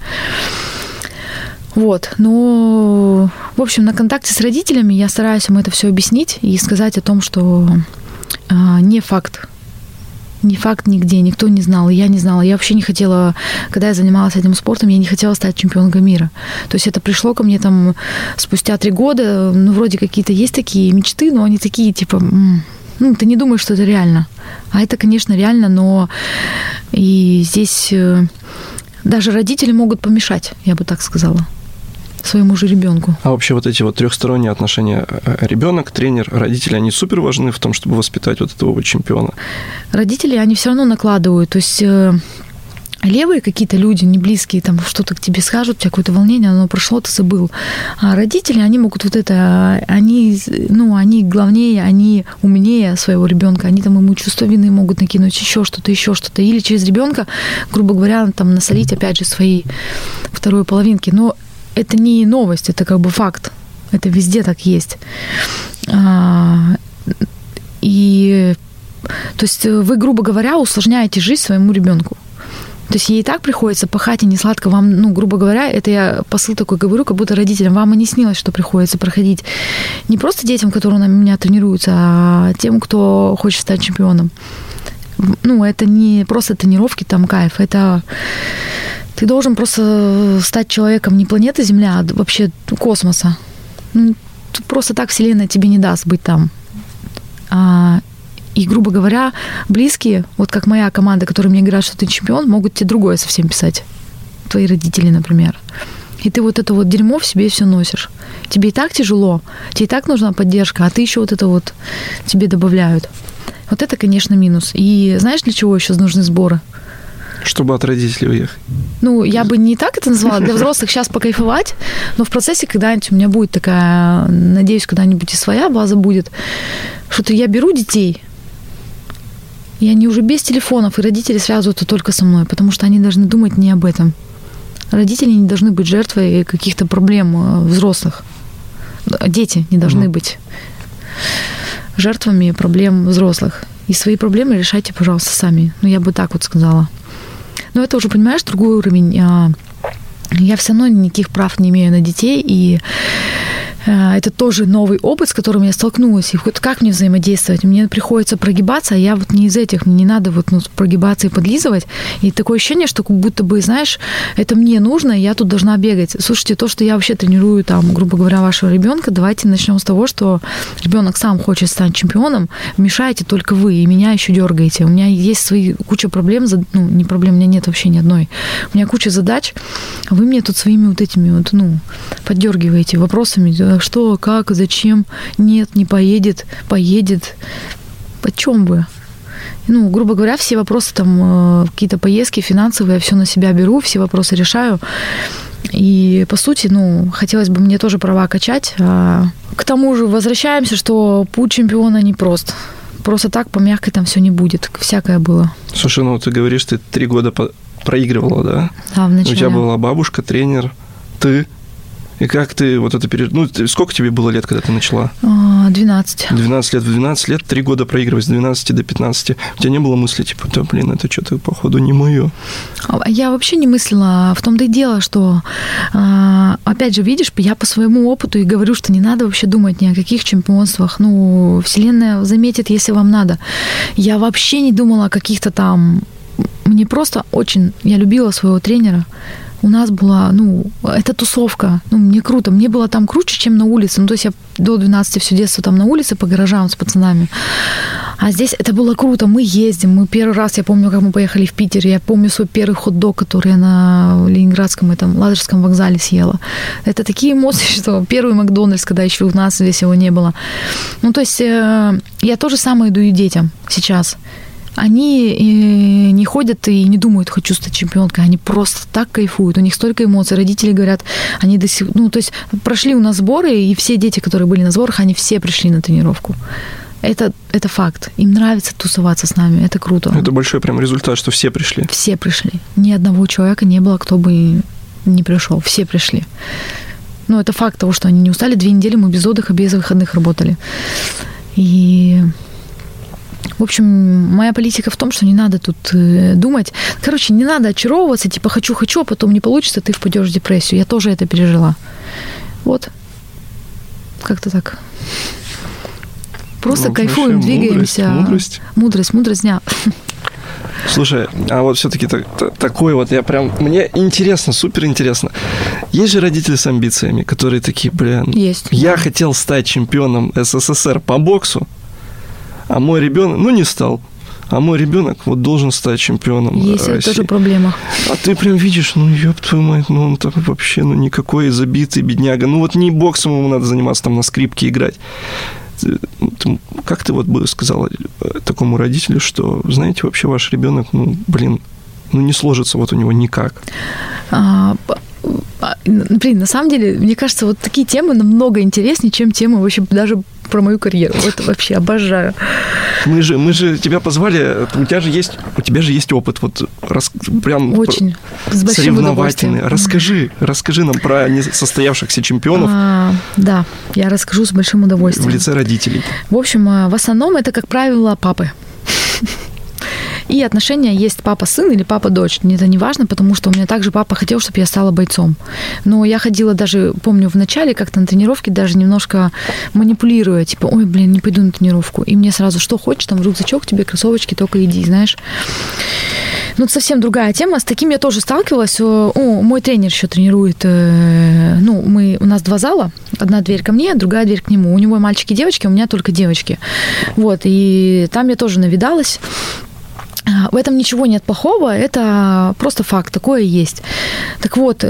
Вот, но, в общем, на контакте с родителями я стараюсь им это все объяснить и сказать о том, что не факт нигде, никто не знал, я не знала. Я вообще не хотела, когда я занималась этим спортом, я не хотела стать чемпионкой мира. То есть это пришло ко мне там спустя 3 года, вроде какие-то есть такие мечты, но они такие, типа, ты не думаешь, что это реально. А это, конечно, реально, но и здесь даже родители могут помешать, я бы так сказала, своему же ребенку. А вообще вот эти вот трехсторонние отношения ребенок, тренер, родители, они супер важны в том, чтобы воспитать вот этого вот чемпиона? Родители, они все равно накладывают, то есть левые какие-то люди, не близкие, там что-то к тебе скажут, у тебя какое-то волнение, оно прошло, ты забыл. А родители, они могут вот это, они главнее, они умнее своего ребенка, они там ему чувство вины могут накинуть, еще что-то, или через ребенка, грубо говоря, там насолить, опять же, своей второй половинки. Но это не новость, это как бы факт. Это везде так есть. И, то есть вы, грубо говоря, усложняете жизнь своему ребенку. То есть ей и так приходится пахать и не сладко вам, грубо говоря, это я посыл такой говорю, как будто родителям, вам и не снилось, что приходится проходить не просто детям, которые у меня тренируются, а тем, кто хочет стать чемпионом. Это не просто тренировки, там кайф, это ты должен просто стать человеком не планеты Земля, а вообще космоса. Просто так Вселенная тебе не даст быть там. И, грубо говоря, близкие, вот как моя команда, которая мне говорят, что ты чемпион, могут тебе другое совсем писать. Твои родители, например. И ты вот это вот дерьмо в себе все носишь. Тебе и так тяжело, тебе и так нужна поддержка, а ты еще вот это вот тебе добавляют. Вот это, конечно, минус. И знаешь, для чего еще нужны сборы? Чтобы от родителей уехать. Я бы не так это назвала. Для взрослых сейчас покайфовать, но в процессе когда-нибудь у меня будет такая, надеюсь, когда-нибудь и своя база будет, что-то я беру детей, и они уже без телефонов, и родители связываются только со мной, потому что они должны думать не об этом. Родители не должны быть жертвой каких-то проблем взрослых. Дети не должны быть жертвами проблем взрослых. И свои проблемы решайте, пожалуйста, сами. Я бы так вот сказала. Но это уже, понимаешь, другой уровень. Я все равно никаких прав не имею на детей, и это тоже новый опыт, с которым я столкнулась. И вот как мне взаимодействовать? Мне приходится прогибаться, а я вот не из этих, мне не надо прогибаться и подлизывать. И такое ощущение, что как будто бы, знаешь, это мне нужно, и я тут должна бегать. Слушайте, то, что я вообще тренирую, там, грубо говоря, вашего ребенка, давайте начнем с того, что ребенок сам хочет стать чемпионом, мешаете только вы, и меня еще дергаете. У меня есть свои куча проблем, не проблем, у меня нет вообще ни одной. У меня куча задач, а вы мне тут своими вот этими поддергиваете вопросами, что, как, зачем, нет, не поедет, поедет. Почем вы? Грубо говоря, все вопросы, там, какие-то поездки финансовые, я все на себя беру, все вопросы решаю. И, по сути, хотелось бы мне тоже права качать. К тому же возвращаемся, что путь чемпиона непрост. Просто так по мягкой там все не будет. Всякое было. Слушай, ты говоришь, ты 3 года проигрывала, да? Да, вначале. У тебя была бабушка, тренер, ты. И как ты вот это сколько тебе было лет, когда ты начала? 12. 12 лет. В 12 лет 3 года проигрывать, с 12 до 15. У тебя не было мысли, это что-то, походу, не мое? Я вообще не мыслила. В том-то и дело, что, опять же, видишь, я по своему опыту и говорю, что не надо вообще думать ни о каких чемпионствах. Вселенная заметит, если вам надо. Я вообще не думала о каких-то там... Мне просто очень... Я любила своего тренера. У нас была, это тусовка. Мне круто. Мне было там круче, чем на улице. То есть я до 12 все детство там на улице по гаражам с пацанами. А здесь это было круто. Мы ездим. Мы первый раз, я помню, как мы поехали в Питер. Я помню свой первый хот-дог, который я на Ленинградском, Ладожском вокзале съела. Это такие эмоции, что первый Макдональдс, когда еще у нас здесь его не было. То есть я то же самое даю детям сейчас. Они не ходят и не думают, хочу стать чемпионкой. Они просто так кайфуют. У них столько эмоций. Родители говорят, они то есть прошли у нас сборы, и все дети, которые были на сборах, они все пришли на тренировку. Это факт. Им нравится тусоваться с нами. Это круто. Это большой прям результат, что все пришли. Все пришли. Ни одного человека не было, кто бы не пришел. Все пришли. Это факт того, что они не устали. 2 недели мы без отдыха, без выходных работали. И... В общем, моя политика в том, что не надо тут думать. Короче, не надо очаровываться, типа хочу, а потом не получится, ты впадешь в депрессию. Я тоже это пережила. Вот. Как-то так. Просто кайфуем, двигаемся. Мудрость дня. Слушай, а вот все-таки такой вот, мне интересно, супер интересно. Есть же родители с амбициями, которые такие, Есть. Я хотел стать чемпионом СССР по боксу, а мой ребенок, не стал. А мой ребенок должен стать чемпионом Есть России. Это тоже проблема. А ты прям видишь, ёб твою мать, он так вообще, никакой забитый бедняга. Не боксом ему надо заниматься, там на скрипке играть. Как ты бы сказала такому родителю, что, знаете, вообще ваш ребенок, не сложится у него никак? На самом деле, мне кажется, такие темы намного интереснее, чем темы вообще даже про мою карьеру. Это вообще обожаю. Мы же тебя позвали, у тебя же есть опыт, прям очень соревновательный. Расскажи нам про несостоявшихся чемпионов. Да, я расскажу с большим удовольствием. В лице родителей. В общем, в основном это, как правило, папы. И отношения есть папа-сын или папа-дочь. Это не важно, потому что у меня также папа хотел, чтобы я стала бойцом. Но я ходила даже, помню, в начале как-то на тренировке, даже немножко манипулируя, типа, не пойду на тренировку. И мне сразу, что хочешь, там рюкзачок тебе, кроссовочки, только иди, знаешь. Это совсем другая тема. С таким я тоже сталкивалась. Мой тренер еще тренирует. У нас 2 зала. Одна дверь ко мне, другая дверь к нему. У него мальчики и девочки, у меня только девочки. И там я тоже навидалась. В этом ничего нет плохого, это просто факт, такое есть. Так вот,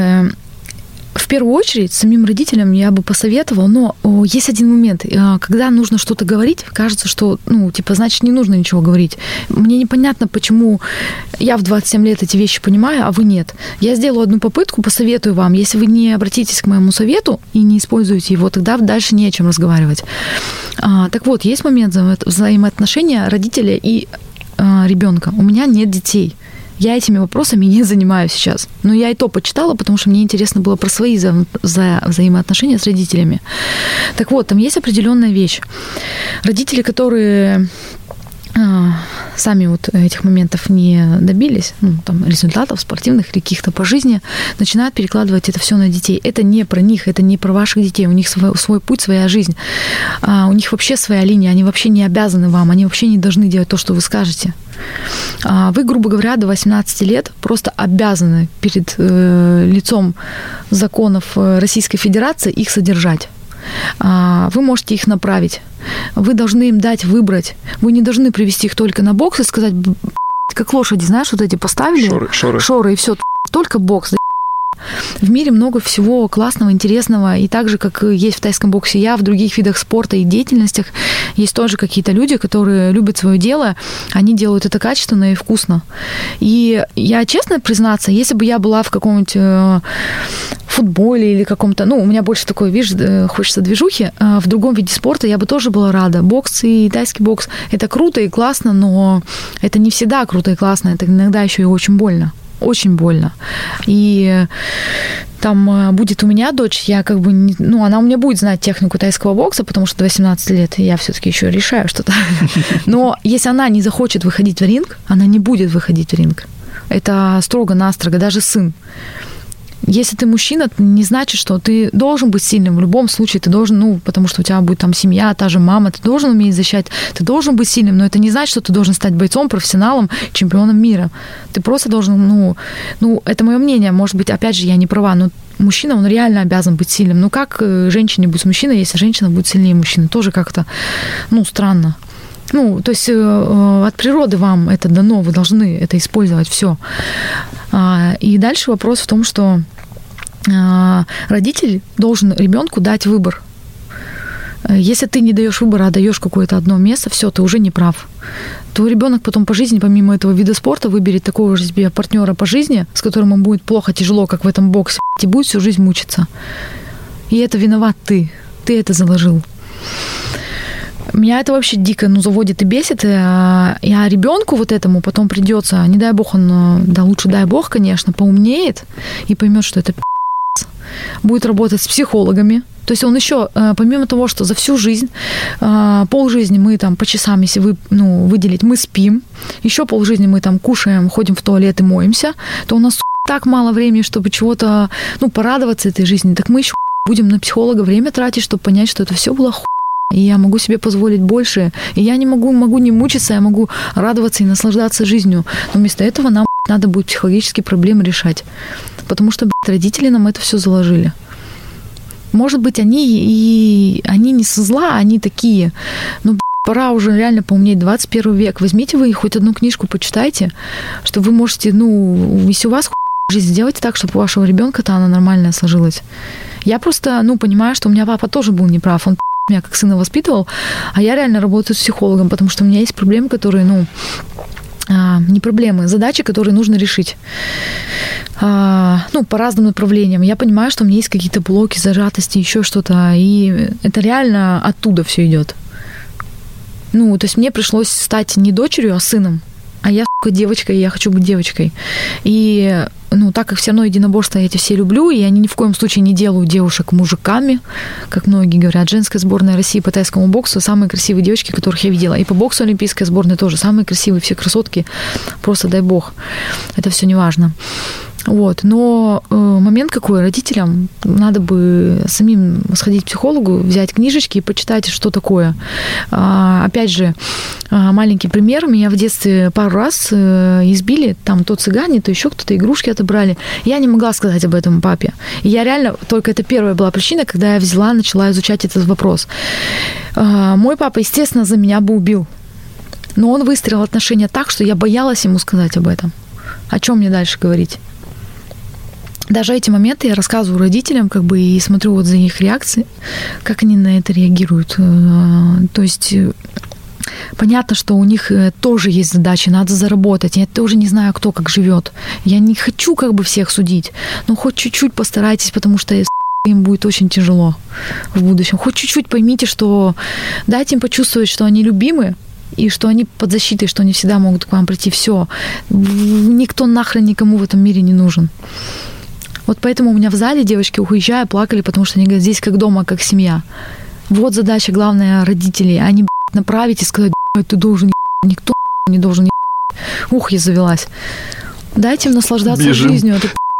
в первую очередь самим родителям я бы посоветовала, но есть один момент, когда нужно что-то говорить, кажется, что, значит, не нужно ничего говорить. Мне непонятно, почему я в 27 лет эти вещи понимаю, а вы нет. Я сделаю одну попытку, посоветую вам. Если вы не обратитесь к моему совету и не используете его, тогда дальше не о чем разговаривать. Так вот, есть момент взаимоотношения родителя и ребенка. У меня нет детей. Я этими вопросами не занимаюсь сейчас. Но я и то почитала, потому что мне интересно было про свои взаимоотношения с родителями. Так вот, там есть определенная вещь. Родители, которые сами этих моментов не добились, результатов спортивных или каких-то по жизни, начинают перекладывать это все на детей. Это не про них, это не про ваших детей. У них свой путь, своя жизнь. У них вообще своя линия. Они вообще не обязаны вам. Они вообще не должны делать то, что вы скажете. Вы, грубо говоря, до 18 лет просто обязаны перед лицом законов Российской Федерации их содержать. Вы можете их направить. Вы должны им дать выбрать. Вы не должны привести их только на бокс и сказать, как лошади, знаешь, эти поставили шоры и все, только бокс. В мире много всего классного, интересного, и так же, как есть в тайском боксе, в других видах спорта и деятельностях есть тоже какие-то люди, которые любят свое дело, они делают это качественно и вкусно. И я, честно признаться, если бы я была в каком-нибудь футболе или каком-то, у меня больше такой, хочется движухи, в другом виде спорта я бы тоже была рада. Бокс и тайский бокс – это круто и классно, но это не всегда круто и классно, это иногда еще и очень больно. Очень больно. И там будет у меня дочь, я она у меня будет знать технику тайского бокса, потому что до 18 лет я все-таки еще решаю что-то. Но если она не захочет выходить в ринг, она не будет выходить в ринг. Это строго-настрого, даже сын. Если ты мужчина, не значит, что ты должен быть сильным. В любом случае ты должен, потому что у тебя будет там семья, та же мама, ты должен уметь защищать, ты должен быть сильным, но это не значит, что ты должен стать бойцом, профессионалом, чемпионом мира. Ты просто должен, это мое мнение, может быть, опять же, я не права, но мужчина, он реально обязан быть сильным. Ну, как женщине быть с мужчиной, если женщина будет сильнее мужчины? Тоже как-то, странно. То есть от природы вам это дано, вы должны это использовать, все. И дальше вопрос в том, что родитель должен ребенку дать выбор. Если ты не даешь выбора, а даешь какое-то одно место, все, ты уже не прав. Твой ребенок потом по жизни, помимо этого вида спорта, выберет такого же себе партнера по жизни, с которым ему будет плохо, тяжело, как в этом боксе, и будет всю жизнь мучиться. И это виноват ты. Ты это заложил. Меня это вообще дико, заводит и бесит. А ребенку вот этому потом придется, не дай бог он, лучше дай бог, конечно, поумнеет и поймет, что это будет работать с психологами. То есть он еще, помимо того, что за всю жизнь, полжизни мы там по часам, если выделить, мы спим, еще полжизни мы там кушаем, ходим в туалет и моемся, то у нас так мало времени, чтобы чего-то, порадоваться этой жизни, так мы еще будем на психолога время тратить, чтобы понять, что это все было и я могу себе позволить больше. И я не могу не мучиться, я могу радоваться и наслаждаться жизнью. Но вместо этого нам надо будет психологические проблемы решать. Потому что, родители нам это все заложили. Может быть, они не со зла, они такие. Но, пора уже реально поумнеть. 21 век. Возьмите вы хоть одну книжку, почитайте, что вы можете, если у вас жизнь, сделайте так, чтобы у вашего ребенка-то она нормальная сложилась. Я просто, понимаю, что у меня папа тоже был неправ. Он меня как сына воспитывал, а я реально работаю с психологом, потому что у меня есть проблемы, которые, не проблемы, задачи, которые нужно решить. По разным направлениям. Я понимаю, что у меня есть какие-то блоки, зажатости, еще что-то, и это реально оттуда все идет. То есть мне пришлось стать не дочерью, а сыном. А я, девочка, и я хочу быть девочкой. И, так как все равно единоборства я эти все люблю, и они ни в коем случае не делают девушек мужиками, как многие говорят. Женская сборная России по тайскому боксу самые красивые девочки, которых я видела. И по боксу олимпийская сборная тоже самые красивые, все красотки. Просто дай бог. Это все не важно. Но момент какой? Родителям надо бы самим сходить к психологу, взять книжечки и почитать, что такое. Опять же, маленький пример. Меня в детстве пару раз избили, там то цыгане, то еще кто-то, игрушки отобрали. Я не могла сказать об этом папе. И я реально, только это первая была причина, когда я начала изучать этот вопрос. Мой папа, естественно, за меня бы убил. Но он выстроил отношения так, что я боялась ему сказать об этом. О чем мне дальше говорить? Даже эти моменты я рассказываю родителям, и смотрю за их реакции, как они на это реагируют. То есть понятно, что у них тоже есть задачи, надо заработать. Я тоже не знаю, кто как живет. Я не хочу всех судить, но хоть чуть-чуть постарайтесь, потому что им будет очень тяжело в будущем. Хоть чуть-чуть поймите, что дайте им почувствовать, что они любимы, и что они под защитой, что они всегда могут к вам прийти. Все. Никто нахрен никому в этом мире не нужен. Поэтому у меня в зале девочки, уезжая, плакали, потому что они говорят, здесь как дома, как семья. Вот задача главная родителей. Они, направить и сказать, ты должен, никто не должен. Я завелась. Дайте им наслаждаться жизнью.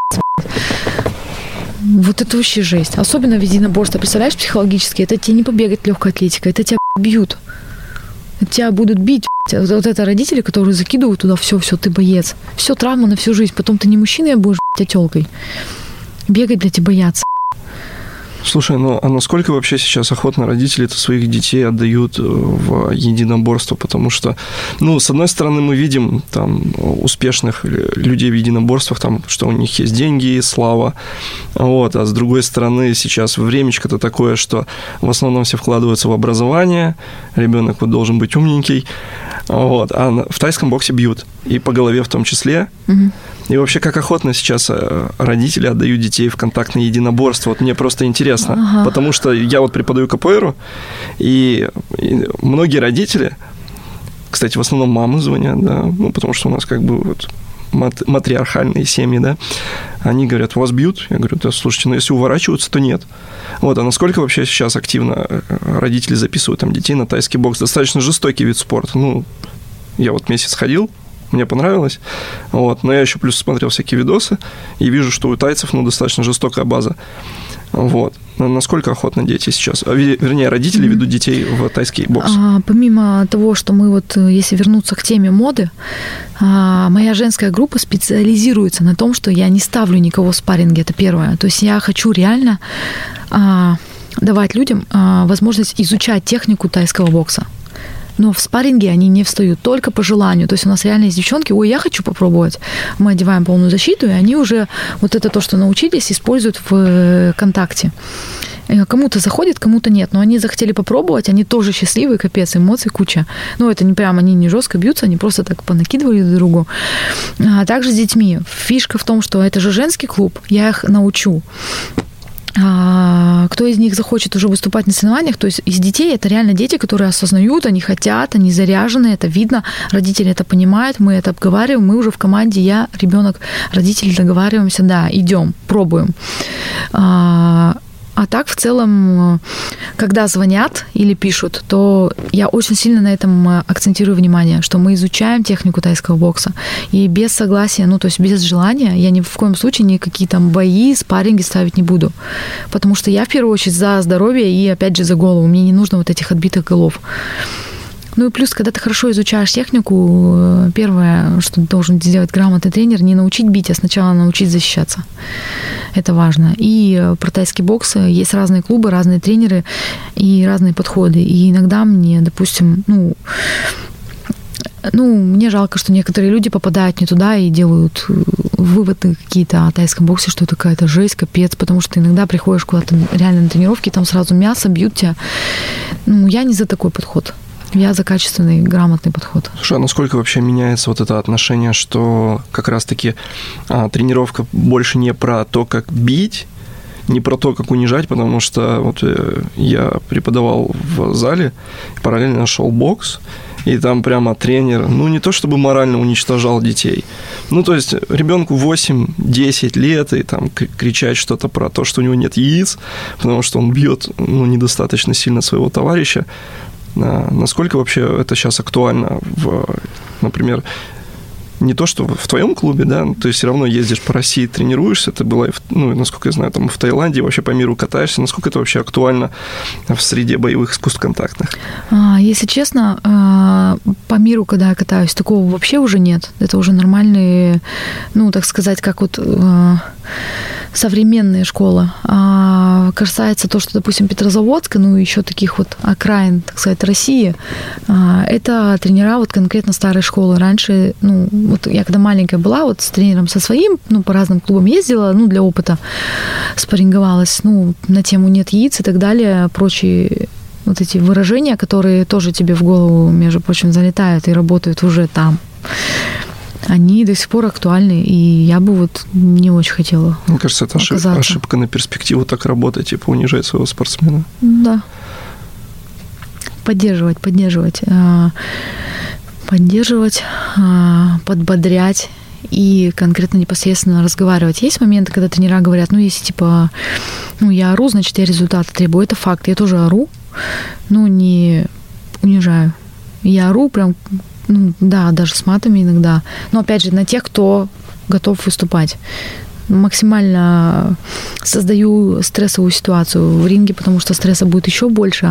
Это вообще жесть. Особенно в единоборстве. Представляешь, психологически, это тебе не побегать легкая атлетика, это тебя бьют. Тебя будут бить. Это родители, которые закидывают туда все, ты боец. Все, травма на всю жизнь. Потом ты не мужчиной будешь, а тёлкой. Бегать, и бояться. Слушай, а насколько вообще сейчас охотно родители-то своих детей отдают в единоборство? Потому что, с одной стороны, мы видим там успешных людей в единоборствах, там, что у них есть деньги, слава, а с другой стороны, сейчас времечко-то такое, что в основном все вкладываются в образование, ребенок должен быть умненький, а в тайском боксе бьют, и по голове в том числе. Угу. И вообще, как охотно сейчас родители отдают детей в контактное единоборство? Мне просто интересно, потому что я преподаю капоэйру, и многие родители, кстати, в основном мамы звонят, да, потому что у нас матриархальные семьи, да, они говорят, вас бьют? Я говорю, да, слушайте, если уворачиваются, то нет. А насколько вообще сейчас активно родители записывают детей на тайский бокс? Достаточно жестокий вид спорта. Я месяц ходил, мне понравилось. Вот. Но я еще плюс смотрел всякие видосы и вижу, что у тайцев, достаточно жестокая база. Вот. Насколько охотно дети сейчас, вернее, родители ведут детей в тайский бокс? Помимо того, что мы вот, если вернуться к теме моды, моя женская группа специализируется на том, что я не ставлю никого в спарринге, это первое. То есть я хочу реально давать людям возможность изучать технику тайского бокса. Но в спарринге они не встают, только по желанию. То есть у нас реально есть девчонки, я хочу попробовать. Мы одеваем полную защиту, и они уже вот это то, что научились, используют в контакте. Кому-то заходит, кому-то нет. Но они захотели попробовать, они тоже счастливые, капец, эмоций куча. Это не прям, они не жестко бьются, они просто так понакидывали друг другу. А также с детьми. Фишка в том, что это же женский клуб, я их научу. Кто из них захочет уже выступать на соревнованиях, то есть из детей это реально дети, которые осознают, они хотят, они заряжены, это видно, родители это понимают, мы это обговариваем, мы уже в команде, я, ребенок, родители договариваемся, да, идем, пробуем. А так, в целом, когда звонят или пишут, то я очень сильно на этом акцентирую внимание, что мы изучаем технику тайского бокса. И без согласия, то есть без желания, я ни в коем случае никакие там бои, спарринги ставить не буду. Потому что я, в первую очередь, за здоровье и, опять же, за голову. Мне не нужно вот этих отбитых голов. И плюс, когда ты хорошо изучаешь технику, первое, что должен сделать грамотный тренер, не научить бить, а сначала научить защищаться. Это важно. И про тайский бокс есть разные клубы, разные тренеры и разные подходы. И иногда мне, допустим, мне жалко, что некоторые люди попадают не туда и делают выводы какие-то о тайском боксе, что это какая-то жесть, капец, потому что иногда приходишь куда-то реально на тренировки, там сразу мясо, бьют тебя. Я не за такой подход. Я за качественный, грамотный подход. Слушай, а насколько вообще меняется вот это отношение, что как раз-таки тренировка больше не про то, как бить, не про то, как унижать, потому что вот я преподавал в зале, параллельно шел бокс, и там прямо тренер, не то чтобы морально уничтожал детей, то есть ребенку 8-10 лет, и там кричать что-то про то, что у него нет яиц, потому что он бьет недостаточно сильно своего товарища. Насколько вообще это сейчас актуально, например, не то, что в твоем клубе, да, то есть все равно ездишь по России, тренируешься, ты была, насколько я знаю, там в Таиланде, вообще по миру катаешься, насколько это вообще актуально в среде боевых искусств контактных? Если честно, по миру, когда я катаюсь, такого вообще уже нет. Это уже нормальные, так сказать, как вот современная школа. Касается то, что, допустим, Петрозаводска, еще таких вот окраин, так сказать, России, это тренера вот конкретно старой школы. Раньше, вот я когда маленькая была, вот с тренером со своим, по разным клубам ездила, для опыта спарринговалась, на тему «нет яиц» и так далее, прочие вот эти выражения, которые тоже тебе в голову, между прочим, залетают и работают уже там. Они до сих пор актуальны, и я бы вот не очень хотела. Мне кажется, это ошибка на перспективу так работать, унижать своего спортсмена. Да. Поддерживать, подбодрять и конкретно непосредственно разговаривать. Есть моменты, когда тренера говорят, если я ору, значит, я результаты требую. Это факт. Я тоже ору, не унижаю. Я ору прям, даже с матами иногда. Но, опять же, на тех, кто готов выступать. Максимально создаю стрессовую ситуацию в ринге, потому что стресса будет еще больше.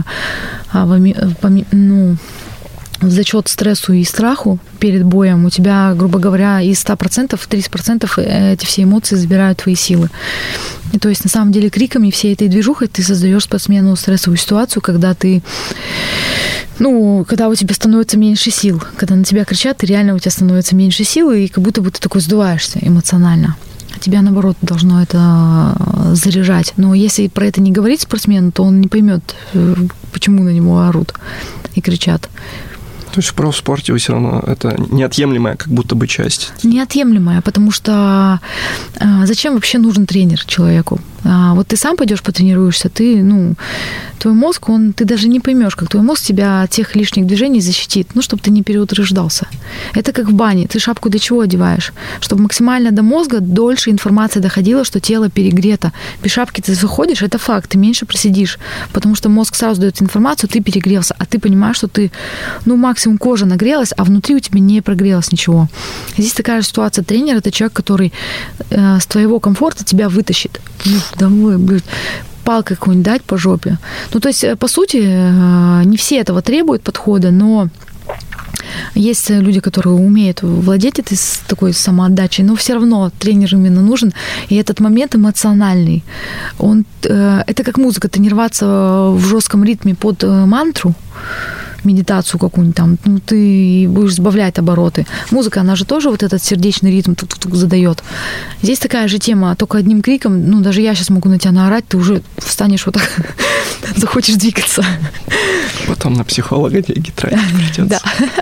За счет стрессу и страху перед боем у тебя, грубо говоря, из 100% 30% эти все эмоции забирают твои силы. И то есть, на самом деле, криками всей этой движухой ты создаешь спортсмену стрессовую ситуацию, когда ты, когда у тебя становится меньше сил. Когда на тебя кричат, реально у тебя становится меньше сил, и как будто бы ты такой сдуваешься эмоционально. Тебя, наоборот, должно это заряжать. Но если про это не говорить спортсмену, то он не поймет, почему на него орут и кричат. То есть в профспорте вы все равно это неотъемлемая как будто бы часть. Неотъемлемая, потому что зачем вообще нужен тренер человеку? Вот ты сам пойдешь потренируешься, твой мозг, ты даже не поймешь, как твой мозг тебя от тех лишних движений защитит, чтобы ты не переутруждался. Это как в бане. Ты шапку для чего одеваешь? Чтобы максимально до мозга дольше информация доходила, что тело перегрето. Без шапки ты заходишь, это факт, ты меньше просидишь, потому что мозг сразу дает информацию, ты перегрелся, а ты понимаешь, что ты, максимум максимум кожа нагрелась, а внутри у тебя не прогрелось ничего. Здесь такая же ситуация. Тренер – это человек, который с твоего комфорта тебя вытащит. Давай, блядь, палкой какую-нибудь дать по жопе. Ну, то есть, по сути, не все этого требуют подхода, но есть люди, которые умеют владеть этой такой самоотдачей, но все равно тренер именно нужен. И этот момент эмоциональный. Это как музыка, тренироваться в жестком ритме под мантру, медитацию какую-нибудь там, ну, ты будешь сбавлять обороты. Музыка, она же тоже вот этот сердечный ритм тук-тук задает. Здесь такая же тема, только одним криком, ну, даже я сейчас могу на тебя наорать, ты уже встанешь вот так, захочешь двигаться. Потом на психолога деньги тратить придется. Да.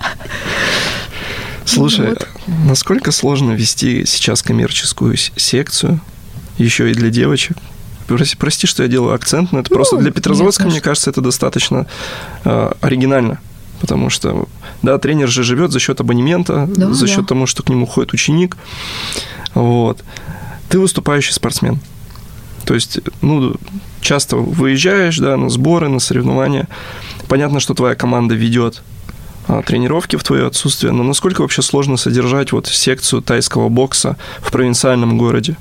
Слушай, вот. Насколько сложно вести сейчас коммерческую секцию, еще и для девочек? Прости, что я делаю акцент, но это просто для Петрозаводска, мне кажется, это достаточно оригинально. Потому что, да, тренер же живет за счет абонемента, за счет того, что к нему ходит ученик. Вот. Ты выступающий спортсмен. То есть, ну, часто выезжаешь, да, на сборы, на соревнования. Понятно, что твоя команда ведет тренировки в твое отсутствие, но насколько вообще сложно содержать вот секцию тайского бокса в провинциальном городе?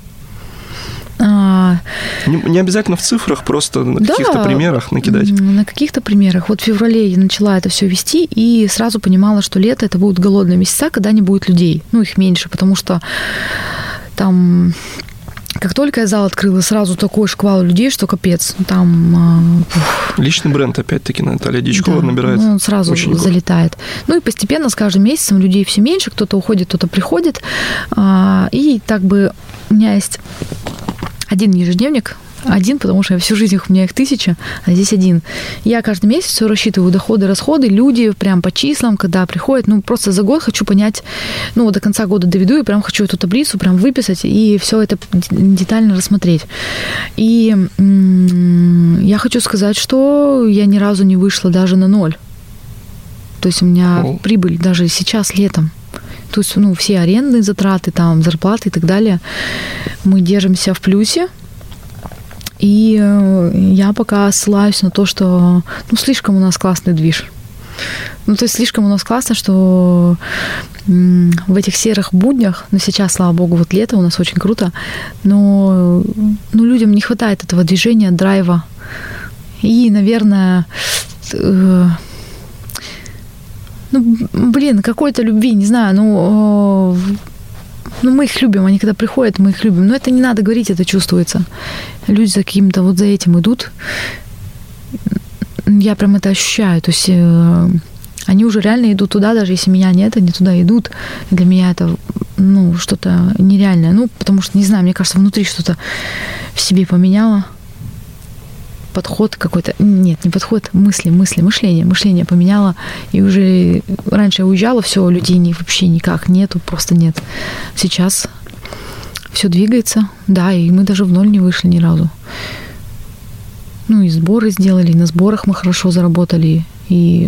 Не обязательно в цифрах, просто на каких-то примерах накидать. На каких-то примерах. Вот в феврале я начала это все вести и сразу понимала, что лето это будут голодные месяца, когда не будет людей. Ну, их меньше, потому что там... Как только я зал открыла, сразу такой шквал людей, что капец. Там... Личный бренд, опять-таки, Наталья Дичкова набирает. Он сразу учеников. Залетает. Ну и постепенно с каждым месяцем людей все меньше, кто-то уходит, кто-то приходит. И так бы у меня есть один ежедневник, потому что всю жизнь у меня их 1000, а здесь один. Я каждый месяц все рассчитываю, доходы, расходы, люди прям по числам, когда приходят, ну, просто за год хочу понять, ну, до конца года доведу, и прям хочу эту таблицу прям выписать и все это детально рассмотреть. И я хочу сказать, что я ни разу не вышла даже на 0. То есть у меня прибыль даже сейчас летом. То есть, ну, все арендные затраты, там, зарплаты и так далее, мы держимся в плюсе. И я пока ссылаюсь на то, что, ну, слишком у нас классный движ. Ну, то есть слишком у нас классно, что в этих серых буднях, ну, сейчас, слава богу, вот лето у нас очень круто, но людям не хватает этого движения, драйва. И, наверное, какой-то любви, не знаю, мы их любим, они когда приходят, мы их любим. Но это не надо говорить, это чувствуется. Люди за каким-то вот за этим идут. Я прям это ощущаю. То есть они уже реально идут туда, даже если меня нет, они туда идут. И для меня это, ну, что-то нереальное. Ну, потому что, не знаю, мне кажется, внутри что-то в себе поменяло. Подход какой-то, нет, не подход, мышление поменяло, и уже раньше я уезжала, все, людей вообще никак нету, просто нет. Сейчас все двигается, да, и мы даже в 0 не вышли ни разу. Ну, и сборы сделали, и на сборах мы хорошо заработали, и...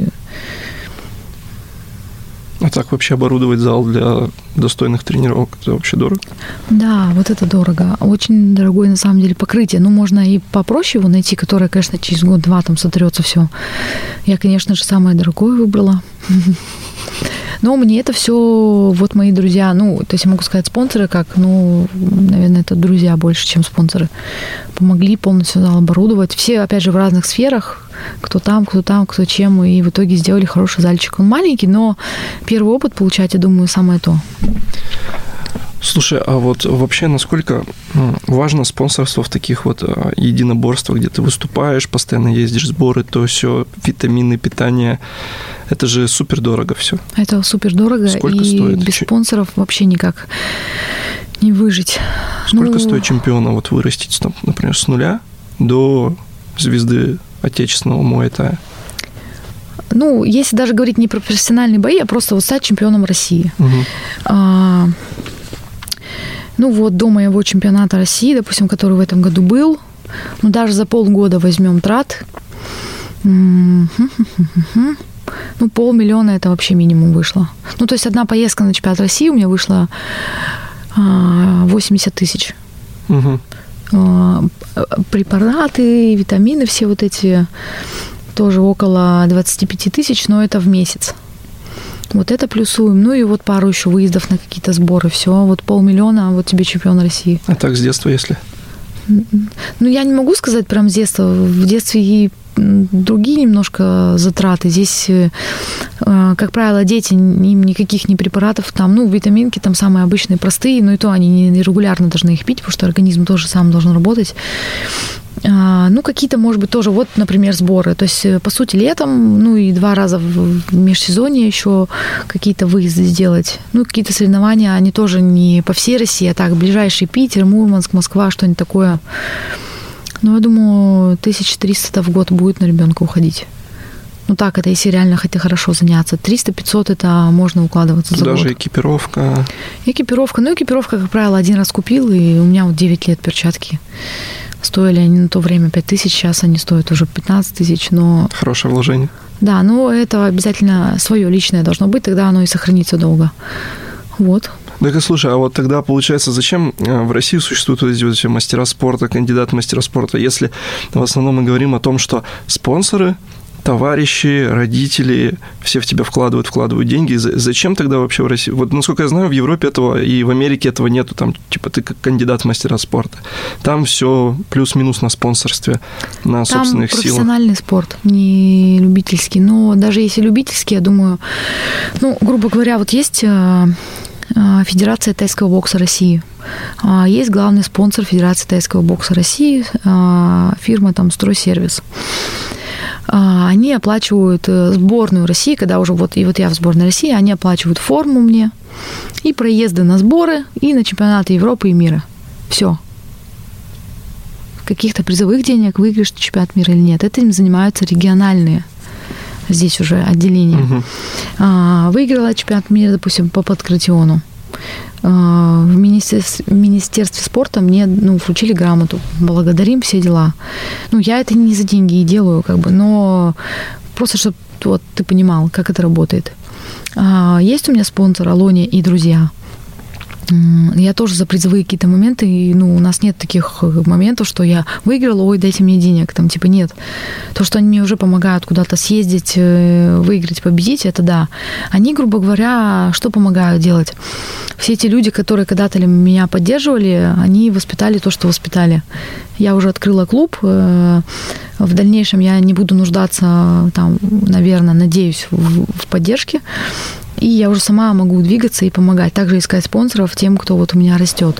А так вообще оборудовать зал для достойных тренировок, это вообще дорого? Да, вот это дорого. Очень дорогое, на самом деле, покрытие. Ну, можно и попроще его найти, которое, конечно, через год-два там сотрется все. Я, конечно же, самое дорогое выбрала. Но мне это все, вот мои друзья, ну, то есть я могу сказать спонсоры, как, ну, наверное, это друзья больше, чем спонсоры, помогли полностью зал оборудовать. Все, опять же, в разных сферах, кто там, кто чем, и в итоге сделали хороший зальчик. Он маленький, но первый опыт получать, я думаю, самое то. Слушай, а вот вообще насколько важно спонсорство в таких вот единоборствах, где ты выступаешь, постоянно ездишь, сборы, то все, витамины, питание, это же супер дорого все. Это супер дорого, сколько и стоит? Без спонсоров вообще никак не выжить. Сколько стоит чемпиона вот вырастить, например, с нуля до звезды отечественного муай-тая? Ну, если даже говорить не про профессиональные бои, а просто вот стать чемпионом России. Угу. Ну вот до моего чемпионата России, допустим, который в этом году был, ну даже за полгода возьмем трат, ну 500 000 это вообще минимум вышло. Ну то есть одна поездка на чемпионат России у меня вышла 80 000. Угу. Препараты, витамины все вот эти тоже около 25 000, но это в месяц. Вот это плюсуем. Ну и вот пару еще выездов на какие-то сборы. Все, вот 500 000, вот тебе чемпион России. А так с детства, если? Ну, я не могу сказать прям с детства. В детстве и другие немножко затраты. Здесь, как правило, дети, им никаких не препаратов, там, ну, витаминки там самые обычные, простые, но и то они не регулярно должны их пить, потому что организм тоже сам должен работать. Ну, какие-то, может быть, тоже, вот, например, сборы. То есть, по сути, летом, ну, и 2 раза в межсезонье еще какие-то выезды сделать. Ну, какие-то соревнования, они тоже не по всей России, а так, ближайший Питер, Мурманск, Москва, что-нибудь такое. Ну, я думаю, 1300 в год будет на ребенка уходить. Ну, так, это если реально хотя хорошо заняться. 300-500 это можно укладываться за год. Даже экипировка. Экипировка. Ну, экипировка, как правило, 1 раз купил, и у меня вот 9 лет перчатки. Стоили они на то время 5000, сейчас они стоят уже 15 000, но... Хорошее вложение. Да, но это обязательно свое личное должно быть, тогда оно и сохранится долго. Вот. Так, слушай, а вот тогда, получается, зачем в России существуют вот эти вот все мастера спорта, кандидаты в мастера спорта, если в основном мы говорим о том, что спонсоры, товарищи, родители, все в тебя вкладывают деньги. Зачем тогда вообще в России? Вот, насколько я знаю, в Европе этого и в Америке этого нету. Там, типа, ты как кандидат в мастера спорта. Там все плюс-минус на спонсорстве, на собственных силах. Там профессиональный спорт, не любительский. Но даже если любительский, я думаю, ну, грубо говоря, вот есть Федерация тайского бокса России. Есть главный спонсор Федерации тайского бокса России, фирма там «Стройсервис». Они оплачивают сборную России, когда уже вот я в сборной России, они оплачивают форму мне и проезды на сборы, и на чемпионаты Европы и мира. Все. Каких-то призовых денег, выиграешь чемпионат мира или нет, этим занимаются региональные здесь уже отделения. Угу. Выиграла чемпионат мира, допустим, по подкратиону. В Министерстве спорта мне вручили грамоту. Благодарим, все дела. Ну, я это не за деньги и делаю, как бы, но просто, чтобы вот, ты понимал, как это работает. Есть у меня спонсор Алония и друзья. Я тоже за призовые какие-то моменты, и, у нас нет таких моментов, что я выиграла, ой, дайте мне денег, там, типа, нет. То, что они мне уже помогают куда-то съездить, выиграть, победить, это да. Они, грубо говоря, что помогают делать? Все эти люди, которые когда-то меня поддерживали, они воспитали то, что воспитали. Я уже открыла клуб, в дальнейшем я не буду нуждаться, там, наверное, надеюсь, в поддержке. И я уже сама могу двигаться и помогать. Также искать спонсоров тем, кто вот у меня растет.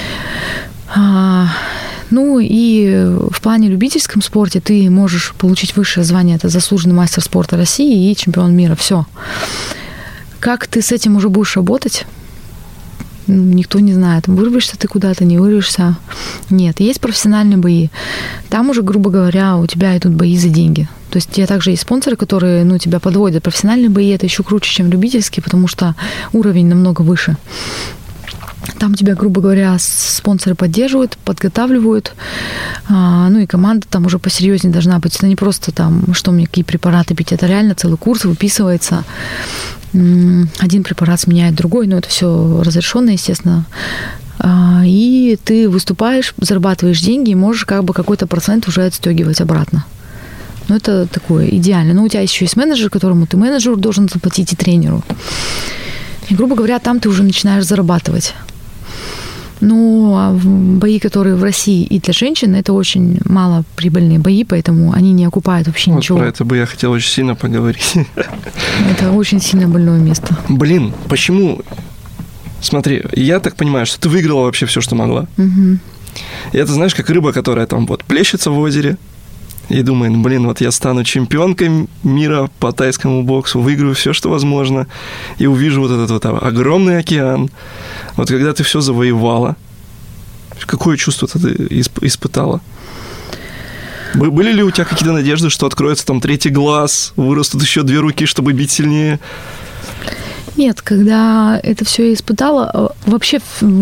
Ну и в плане любительском спорте ты можешь получить высшее звание. Это заслуженный мастер спорта России и чемпион мира. Все. Как ты с этим уже будешь работать? Никто не знает. Вырвешься ты куда-то, не вырвешься. Нет. Есть профессиональные бои. Там уже, грубо говоря, у тебя идут бои за деньги. То есть у тебя также есть спонсоры, которые тебя подводят. Профессиональные бои – это еще круче, чем любительские, потому что уровень намного выше. Там тебя, грубо говоря, спонсоры поддерживают, подготавливают. Ну и команда там уже посерьезнее должна быть. Это не просто там, что мне какие препараты пить. Это реально целый курс выписывается. Один препарат сменяет другой, но это все разрешено, естественно. И ты выступаешь, зарабатываешь деньги и можешь как бы какой-то процент уже отстегивать обратно. Ну, это такое идеально. Но у тебя еще есть менеджер, которому ты менеджеру должен заплатить, и тренеру. И, грубо говоря, там ты уже начинаешь зарабатывать. Ну, а бои, которые в России и для женщин, это очень малоприбыльные бои, поэтому они не окупают вообще ничего. Про это бы я хотел очень сильно поговорить. Это очень сильно больное место. Блин, почему? Смотри, я так понимаю, что ты выиграла вообще все, что могла. Угу. И это, знаешь, как рыба, которая там вот плещется в озере, и думает, вот я стану чемпионкой мира по тайскому боксу, выиграю все, что возможно, и увижу вот этот вот огромный океан. Вот когда ты все завоевала, какое чувство ты испытала? Были ли у тебя какие-то надежды, что откроется там 3-й глаз, вырастут еще 2 руки, чтобы бить сильнее? Нет, когда это все я испытала, вообще...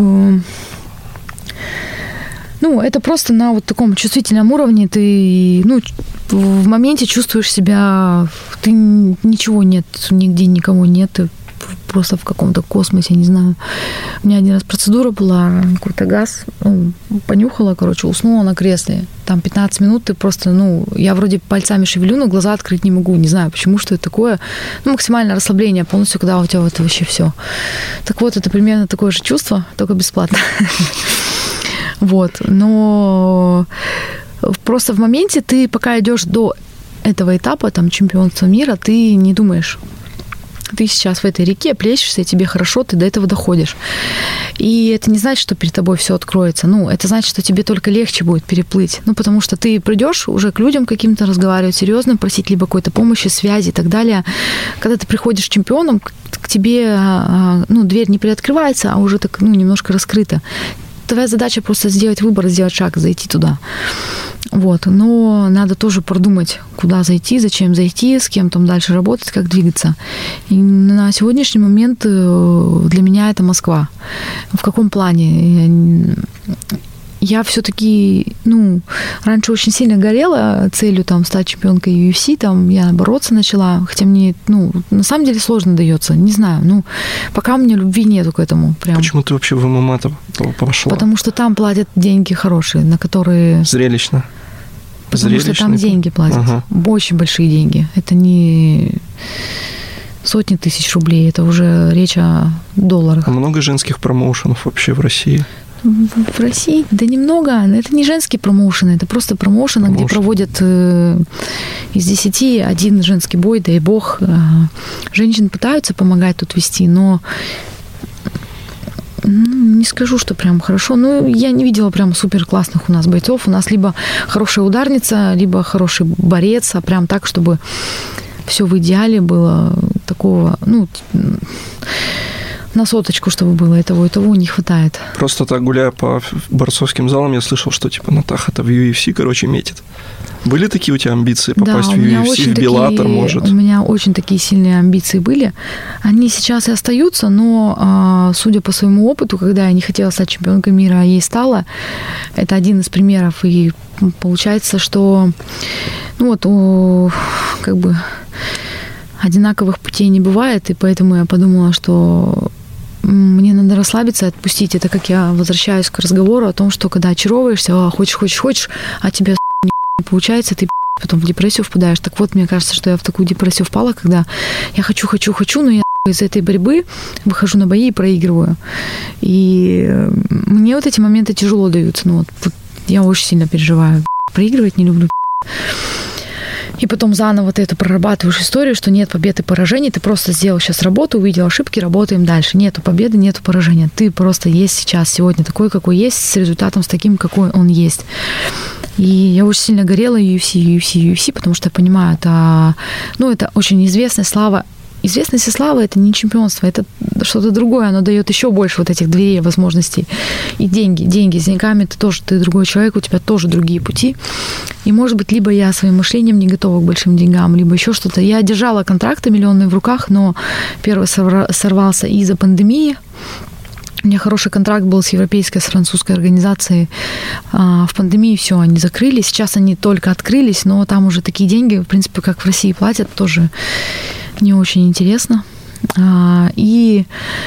это просто на вот таком чувствительном уровне ты, в моменте чувствуешь себя, ты ничего нет, нигде никого нет, ты просто в каком-то космосе, не знаю. У меня один раз процедура была, какой-то газ, понюхала, уснула на кресле. Там 15 минут ты просто, я вроде пальцами шевелю, но глаза открыть не могу. Не знаю, почему, что это такое. Максимальное расслабление полностью, когда у тебя вот вообще все. Так вот, это примерно такое же чувство, только бесплатно. Вот. Но просто в моменте ты, пока идешь до этого этапа, там, чемпионства мира, ты не думаешь. Ты сейчас в этой реке плещешься, и тебе хорошо, ты до этого доходишь. И это не значит, что перед тобой все откроется. Это значит, что тебе только легче будет переплыть. Потому что ты придешь уже к людям каким-то разговаривать серьезно, просить либо какой-то помощи, связи и так далее. Когда ты приходишь чемпионом, к тебе дверь не приоткрывается, а уже так немножко раскрыта. Твоя задача просто сделать выбор, сделать шаг, зайти туда. Вот. Но надо тоже продумать, куда зайти, зачем зайти, с кем там дальше работать, как двигаться. И на сегодняшний момент для меня это Москва. В каком плане? Я все-таки, раньше очень сильно горела целью стать чемпионкой UFC, я бороться начала, хотя мне, на самом деле сложно дается, не знаю, пока у меня любви нету к этому. Прям. Почему ты вообще в ММА-то пошла? Потому что там платят деньги хорошие, на которые... Зрелищно. Потому что там деньги платят, очень большие деньги. Это не сотни тысяч рублей, это уже речь о долларах. А много женских промоушенов вообще в России? В России? Да немного. Это не женские промоушены, это просто промоушены, где проводят из 10 один женский бой, дай бог. Женщины пытаются помогать тут вести, но не скажу, что прям хорошо. Я не видела прям супер классных у нас бойцов. У нас либо хорошая ударница, либо хороший борец, а прям так, чтобы все в идеале было такого, на соточку, чтобы было и того не хватает. Просто так, гуляя по борцовским залам, я слышал, что Натаха-то в UFC, метит. Были такие у тебя амбиции попасть в UFC, в Беллатор, может? У меня очень такие сильные амбиции были. Они сейчас и остаются, но, судя по своему опыту, когда я не хотела стать чемпионкой мира, а ей стала, это один из примеров. И получается, что одинаковых путей не бывает, и поэтому я подумала, что мне надо расслабиться и отпустить. Это как я возвращаюсь к разговору о том, что когда очаровываешься, хочешь, а тебе не получается, ты потом в депрессию впадаешь. Так вот, мне кажется, что я в такую депрессию впала, когда я хочу, но я из этой борьбы выхожу на бои и проигрываю. И мне вот эти моменты тяжело даются. Я очень сильно переживаю. Проигрывать не люблю. И потом заново ты это прорабатываешь историю, что нет побед и поражений, ты просто сделал сейчас работу, увидел ошибки, работаем дальше. Нету победы, нету поражения. Ты просто есть сейчас, сегодня такой, какой есть, с результатом, с таким, какой он есть. И я очень сильно горела UFC, потому что я понимаю, это очень известная слава. Известность и слава – это не чемпионство, это что-то другое, оно дает еще больше вот этих дверей, возможностей. И деньги. С деньгами ты другой человек, у тебя тоже другие пути. И, может быть, либо я своим мышлением не готова к большим деньгам, либо еще что-то. Я держала контракты миллионные в руках, но первый сорвался из-за пандемии. У меня хороший контракт был с европейской, с французской организацией. В пандемии все, они закрылись. Сейчас они только открылись, но там уже такие деньги, в принципе, как в России платят, тоже не очень интересно. В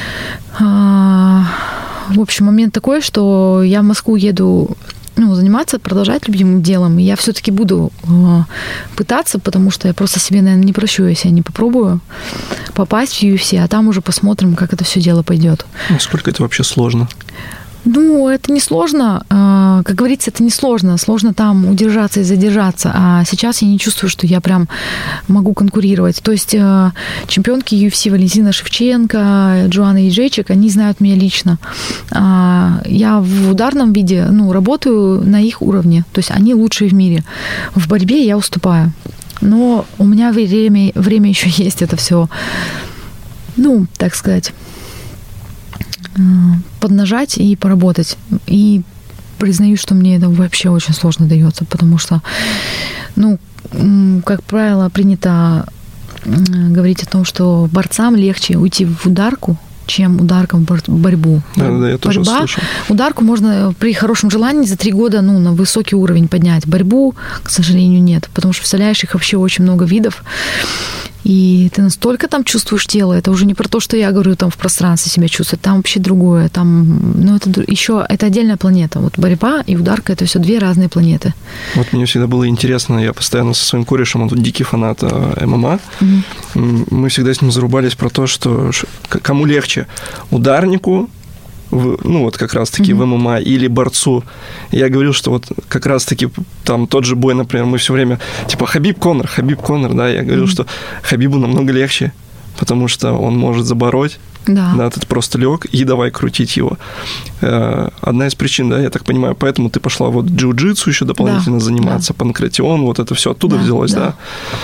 общем, момент такой, что я в Москву еду заниматься, продолжать любимым делом. И я все-таки буду пытаться, потому что я просто себе, наверное, не прощу, если я не попробую попасть в UFC, а там уже посмотрим, как это все дело пойдет. Насколько это вообще сложно? Это не сложно. Как говорится, это не сложно. Сложно там удержаться и задержаться. А сейчас я не чувствую, что я прям могу конкурировать. То есть чемпионки UFC Валентина Шевченко, Джоанна Ежейчик, они знают меня лично. Я в ударном виде работаю на их уровне. То есть они лучшие в мире. В борьбе я уступаю. Но у меня время еще есть это все, так сказать, поднажать и поработать. И признаю, что мне это вообще очень сложно дается, потому что, как правило, принято говорить о том, что борцам легче уйти в ударку, чем ударком в борьбу. Да, я тоже слышал. Ударку можно при хорошем желании за 3 года на высокий уровень поднять. Борьбу, к сожалению, нет, потому что, представляешь, их вообще очень много видов. И ты настолько там чувствуешь тело. Это уже не про то, что я говорю, там в пространстве себя чувствую. Там вообще другое. Там, ну, это еще это отдельная планета. Вот борьба и ударка — это все две разные планеты. Вот мне всегда было интересно, я постоянно со своим корешем, он тут дикий фанат ММА, мы всегда с ним зарубались про то, что кому легче, ударнику, ну, вот как раз-таки в ММА, или борцу. Я говорил, что вот как раз-таки там тот же бой, например, мы все время, типа, Хабиб Конор, да, я говорил, что Хабибу намного легче, потому что он может забороть, да, ты просто лег и давай крутить его. Одна из причин, да, я так понимаю, поэтому ты пошла вот джиу-джитсу еще дополнительно заниматься, панкратион, вот это все оттуда взялось, да?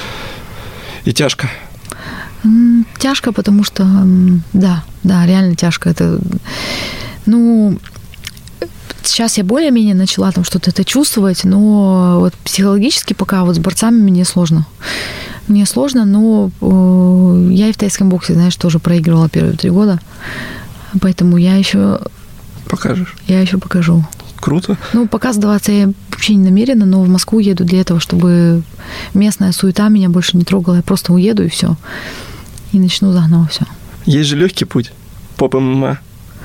И тяжко. Тяжко, потому что, да, реально тяжко. Это, ну, сейчас я более-менее начала там что-то это чувствовать, но вот психологически пока вот с борцами мне сложно. Мне сложно, но я и в тайском боксе, знаешь, тоже проигрывала первые 3 года, поэтому я еще... Покажешь? Я еще покажу. Круто. Ну, пока сдаваться я вообще не намерена, но в Москву еду для этого, чтобы местная суета меня больше не трогала. Я просто уеду и все. И начну заново все. Есть же легкий путь. Поп ММА.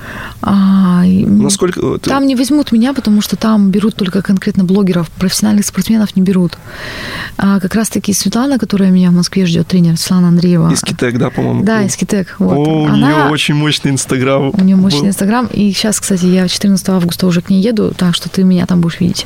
Насколько... Там не возьмут меня, потому что там берут только конкретно блогеров, профессиональных спортсменов не берут. А как раз-таки Светлана, которая меня в Москве ждет, тренер Светлана Андреева. Из Китек, да, по-моему? Да, из Китек. Вот. У нее очень мощный Инстаграм. У нее мощный Инстаграм. И сейчас, кстати, я 14 августа уже к ней еду, так что ты меня там будешь видеть.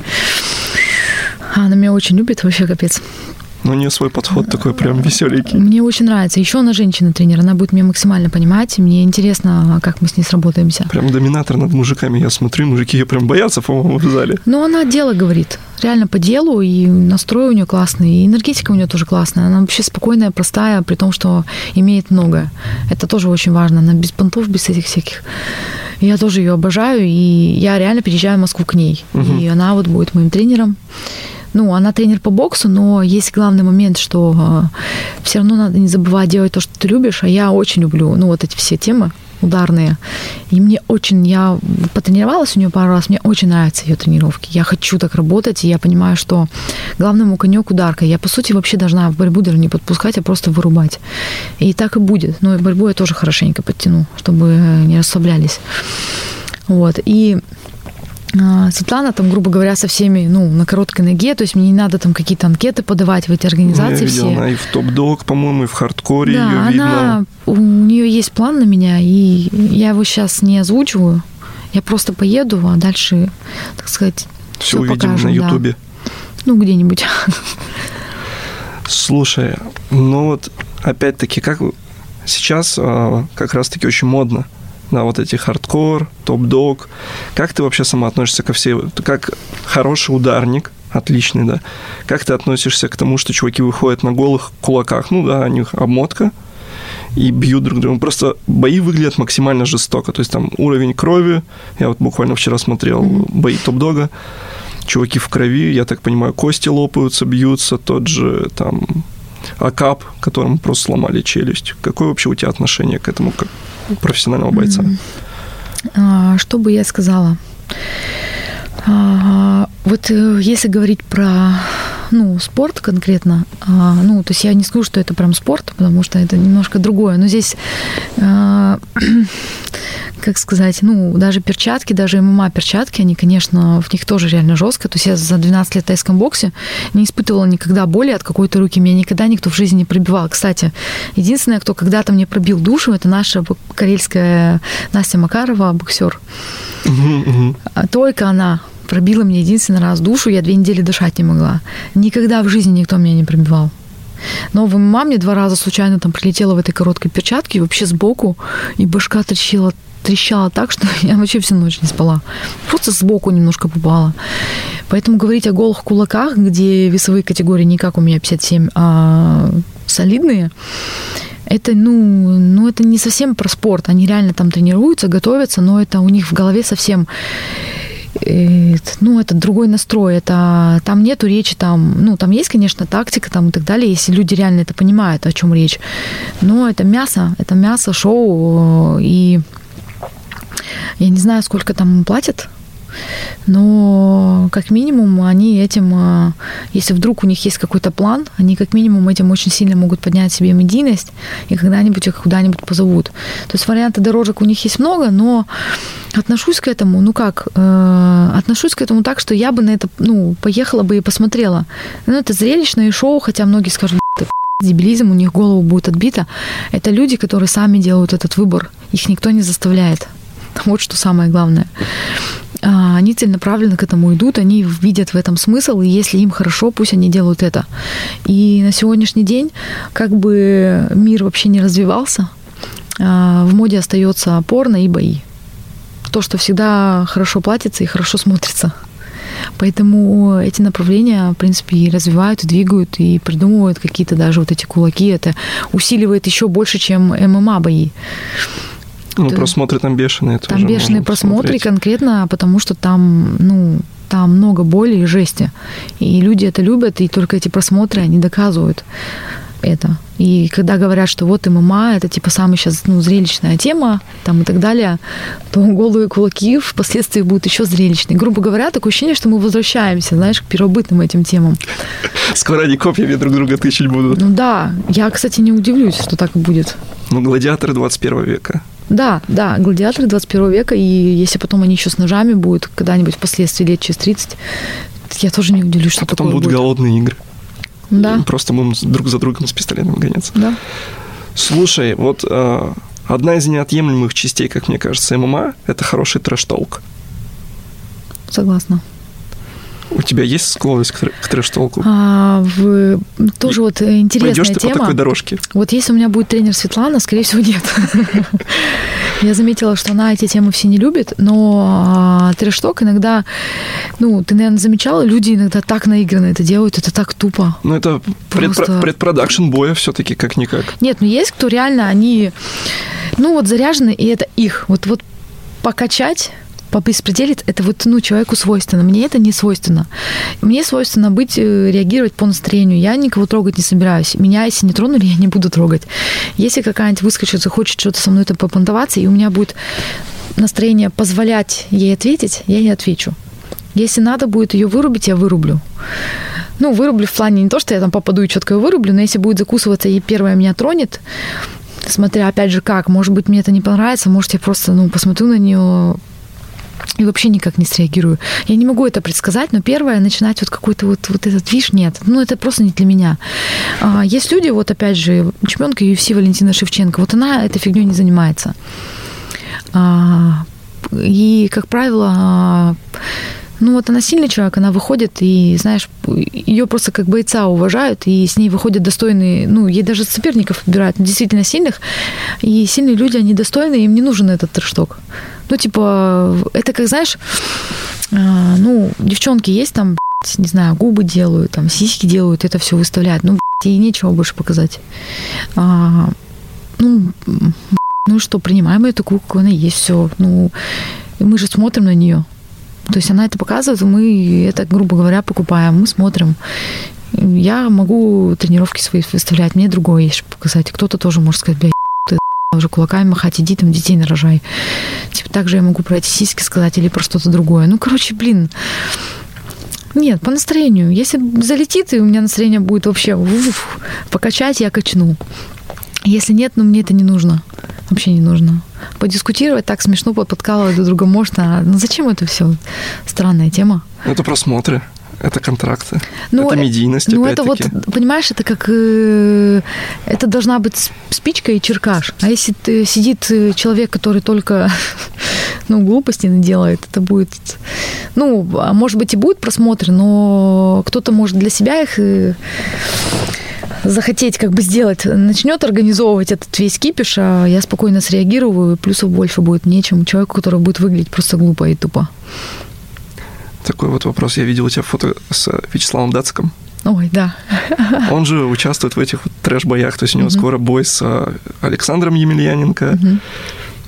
Она меня очень любит, вообще капец. У нее свой подход такой прям веселенький. Мне очень нравится. Еще она женщина-тренер, она будет меня максимально понимать. Мне интересно, как мы с ней сработаемся. Прям доминатор над мужиками. Я смотрю, мужики ее прям боятся, по-моему, в зале. Ну, она дело говорит. Реально по делу, и настрой у нее классный, и энергетика у нее тоже классная. Она вообще спокойная, простая, при том, что имеет многое. Это тоже очень важно. Она без понтов, без этих всяких. Я тоже ее обожаю, и я реально переезжаю в Москву к ней. И она вот будет моим тренером. Ну, она тренер по боксу, но есть главный момент, что все равно надо не забывать делать то, что ты любишь, а я очень люблю, ну, вот эти все темы ударные. И мне очень, я потренировалась у нее пару раз, мне очень нравятся ее тренировки. Я хочу так работать, и я понимаю, что главному конек ударка. Я, по сути, вообще должна в борьбу даже не подпускать, а просто вырубать. И так и будет. Но и борьбу я тоже хорошенько подтяну, чтобы не расслаблялись. Вот. И Светлана там, грубо говоря, со всеми, ну, на короткой ноге, то есть мне не надо там какие-то анкеты подавать в эти организации. Я видел, она и в топ-дог, по-моему, и в хардкоре ее видно. У нее есть план на меня, и я его сейчас не озвучиваю. Я просто поеду, а дальше, так сказать, все увидим покажем, на Ютубе. Да. Ну, где-нибудь. Слушай, ну вот, опять-таки, как сейчас как раз-таки очень модно, да, вот эти хардкор, топ-дог. Как ты вообще сама относишься ко всей... Как хороший ударник, отличный, да. Как ты относишься к тому, что чуваки выходят на голых кулаках? Ну да, у них обмотка, и бьют друг друга. Просто бои выглядят максимально жестоко. То есть там уровень крови. Я вот буквально вчера смотрел бои топ-дога. Чуваки в крови, я так понимаю, кости лопаются, бьются. Тот же там Акап, которому просто сломали челюсть. Какое вообще у тебя отношение к этому, как профессионального бойца? Что бы я сказала? Вот если говорить про, ну, спорт конкретно, ну, то есть я не скажу, что это прям спорт, потому что это немножко другое. Но здесь, как сказать, ну, даже перчатки, даже ММА-перчатки, они, конечно, в них тоже реально жестко. То есть я за 12 лет в тайском боксе не испытывала никогда боли от какой-то руки. Меня никогда никто в жизни не пробивал. Кстати, единственное, кто когда-то мне пробил душу, это наша карельская Настя Макарова, боксер. Только она пробила мне единственный раз душу, я 2 недели дышать не могла. Никогда в жизни никто меня не пробивал. Но в ММА мне 2 раза случайно там прилетела в этой короткой перчатке, вообще сбоку, и башка трещала так, что я вообще всю ночь не спала. Просто сбоку немножко попала. Поэтому говорить о голых кулаках, где весовые категории не как у меня 57, а солидные, это, ну, это не совсем про спорт. Они реально там тренируются, готовятся, но это у них в голове совсем... Ну, это другой настрой, это там нету речи, там, ну, там есть, конечно, тактика там и так далее, если люди реально это понимают, о чем речь. Но это мясо, шоу, и я не знаю, сколько там платят. но как минимум они этим, если вдруг у них есть какой-то план, они как минимум этим очень сильно могут поднять себе медийность и когда-нибудь их куда-нибудь позовут. То есть варианты дорожек у них есть много, но отношусь к этому, отношусь к этому так, что я бы на это, поехала бы и посмотрела. Это зрелищное шоу, хотя многие скажут, дебилизм, у них голову будет отбита. Это люди, которые сами делают этот выбор. Их никто не заставляет. Вот что самое главное. Они целенаправленно к этому идут, они видят в этом смысл, и если им хорошо, пусть они делают это. И на сегодняшний день, как бы мир вообще не развивался, в моде остается порно и бои. То, что всегда хорошо платится и хорошо смотрится. Поэтому эти направления, в принципе, и развивают, и двигают, и придумывают какие-то даже вот эти кулаки. Это усиливает еще больше, чем ММА бои. Просмотры там бешеные. Там бешеные просмотры смотреть. Конкретно, потому что там, там много боли и жести. И люди это любят, и только эти просмотры, они доказывают это. И когда говорят, что вот ММА, это типа самая сейчас зрелищная тема, там и так далее, то голые кулаки впоследствии будут еще зрелищные. Грубо говоря, такое ощущение, что мы возвращаемся, знаешь, к первобытным этим темам. Скоро они копьями друг друга тычить будут. Да. Я, кстати, не удивлюсь, что так и будет. Гладиаторы 21 века. Да, гладиаторы 21 века, и если потом они еще с ножами будут когда-нибудь впоследствии лет через 30, я тоже не удивлюсь, что такое будет. Потом будут голодные игры. Да. Просто будем друг за другом с пистолетами гоняться. Да. Слушай, вот одна из неотъемлемых частей, как мне кажется, ММА – это хороший трэш-толк. Согласна. У тебя есть склонность к трэш-толку? Тоже вот интересная Пойдёшь тема. Пойдешь ты по такой дорожке? Вот если у меня будет тренер Светлана, скорее всего, нет. Я заметила, что она эти темы все не любит, но трэш-ток иногда, ты, наверное, замечала, люди иногда так наигранно это делают, это так тупо. Это предпродакшн боя все-таки как-никак. Нет, есть кто реально, они, заряжены, и это их. Вот покачать, побеспределить, это человеку свойственно. Мне это не свойственно. Мне свойственно реагировать по настроению. Я никого трогать не собираюсь. Меня, если не тронули, я не буду трогать. Если какая-нибудь выскочит, захочет что-то со мной попонтоваться, и у меня будет настроение позволять ей ответить, я ей отвечу. Если надо будет ее вырубить, я вырублю. Вырублю в плане не то, что я там попаду и четко ее вырублю, но если будет закусываться и первая меня тронет, смотря опять же как, может быть, мне это не понравится, может, я просто посмотрю на нее и вообще никак не среагирую. Я не могу это предсказать, но первое, начинать какой-то вот этот движ, нет. Это просто не для меня. Есть люди, опять же, чемпионка UFC Валентина Шевченко, она этой фигней не занимается. И, как правило, она сильный человек, она выходит, и, знаешь, ее просто как бойца уважают, и с ней выходят достойные, ей даже соперников подбирают, действительно сильных, и сильные люди, они достойные, им не нужен этот трэш-ток. Это как, знаешь, девчонки есть там, не знаю, губы делают, там, сиськи делают, это все выставляют, ей нечего больше показать. Что, принимаем ее такую, какой она есть, все. Мы же смотрим на нее. То есть она это показывает, мы это, грубо говоря, покупаем, мы смотрим. Я могу тренировки свои выставлять, мне другое есть показать. Кто-то тоже может сказать, ты уже кулаками махать, иди там детей нарожай. Так же я могу про эти сиськи сказать или про что-то другое. Нет, по настроению. Если залетит, и у меня настроение будет вообще покачать, я качну. Если нет, мне это не нужно. Вообще не нужно. Подискутировать так смешно, подкалывать друг друга можно. Зачем это все? Странная тема. Это просмотры, это контракты, это медийность, опять-таки. Это понимаешь, это как... это должна быть спичка и черкаш. А если сидит человек, который только глупости делает, это будет... может быть, и будет просмотр, но кто-то может для себя их... захотеть сделать, начнет организовывать этот весь кипиш, а я спокойно среагирую, плюсов больше будет нечем человеку, который будет выглядеть просто глупо и тупо. Такой вопрос. Я видел у тебя фото с Вячеславом Дациком. Ой, да. Он же участвует в этих трэш-боях, то есть у него скоро бой с Александром Емельяненко.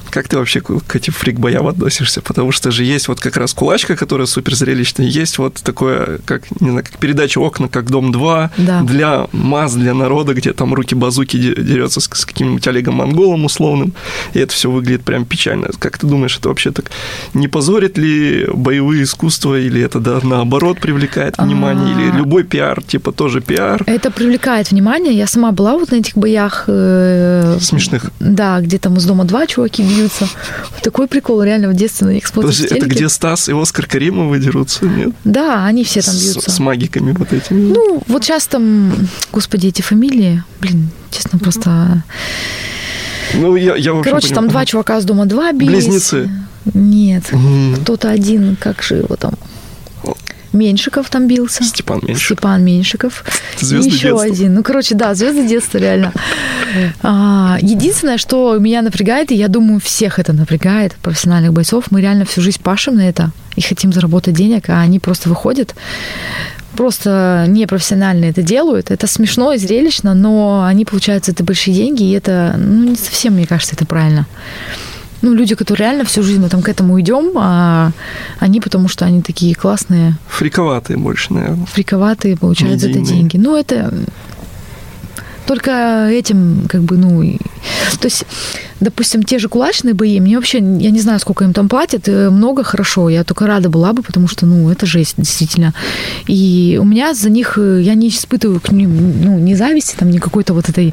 Как ты вообще к этим фрик-боям относишься? Потому что же есть вот как раз кулачка, которая супер зрелищная, есть вот такое, как, не знаю, как передача «Окна», как «Дом-2», да. Для масс, для народа, где там руки-базуки дерется с каким-нибудь Олегом Монголом условным, и это все выглядит прям печально. Как ты думаешь, это вообще так не позорит ли боевые искусства, или это, да, наоборот привлекает внимание, или любой пиар, типа тоже пиар? Это привлекает внимание. Я сама была вот на этих боях. Смешных. Да, где там из «Дома-2» чуваки бьются. Такой прикол, реально в детстве на них смотришь. Подожди, это где Стас и Оскар Каримовы дерутся, нет? Да, они все там бьются. С магиками вот этими. Ну, вот сейчас там, господи, эти фамилии, блин, честно, просто... Ну, я вообще короче, там 2 чувака с «Дома-2» бились. Близнецы? Нет, кто-то один, как же его там... Меньшиков там бился. Степан Меньшиков. Звезды еще детства. Один. Ну, короче, да, звезды детства, реально. Единственное, что меня напрягает, и я думаю, всех это напрягает, профессиональных бойцов, мы реально всю жизнь пашем на это и хотим заработать денег, а они просто выходят, просто непрофессионально это делают. Это смешно и зрелищно, но они, получается, это большие деньги, и это, ну, не совсем, мне кажется, это правильно. Ну, люди, которые реально всю жизнь мы там к этому идем, а они, потому что они такие классные. Фриковатые больше, наверное. Фриковатые, получают за это деньги. Ну, это только этим, как бы, ну... То есть, допустим, те же кулачные бои, мне вообще, я не знаю, сколько им там платят, много, хорошо, я только рада была бы, потому что, ну, это жесть, действительно. И у меня за них, я не испытываю к ним, ну, ни зависти, там, ни какой-то вот этой...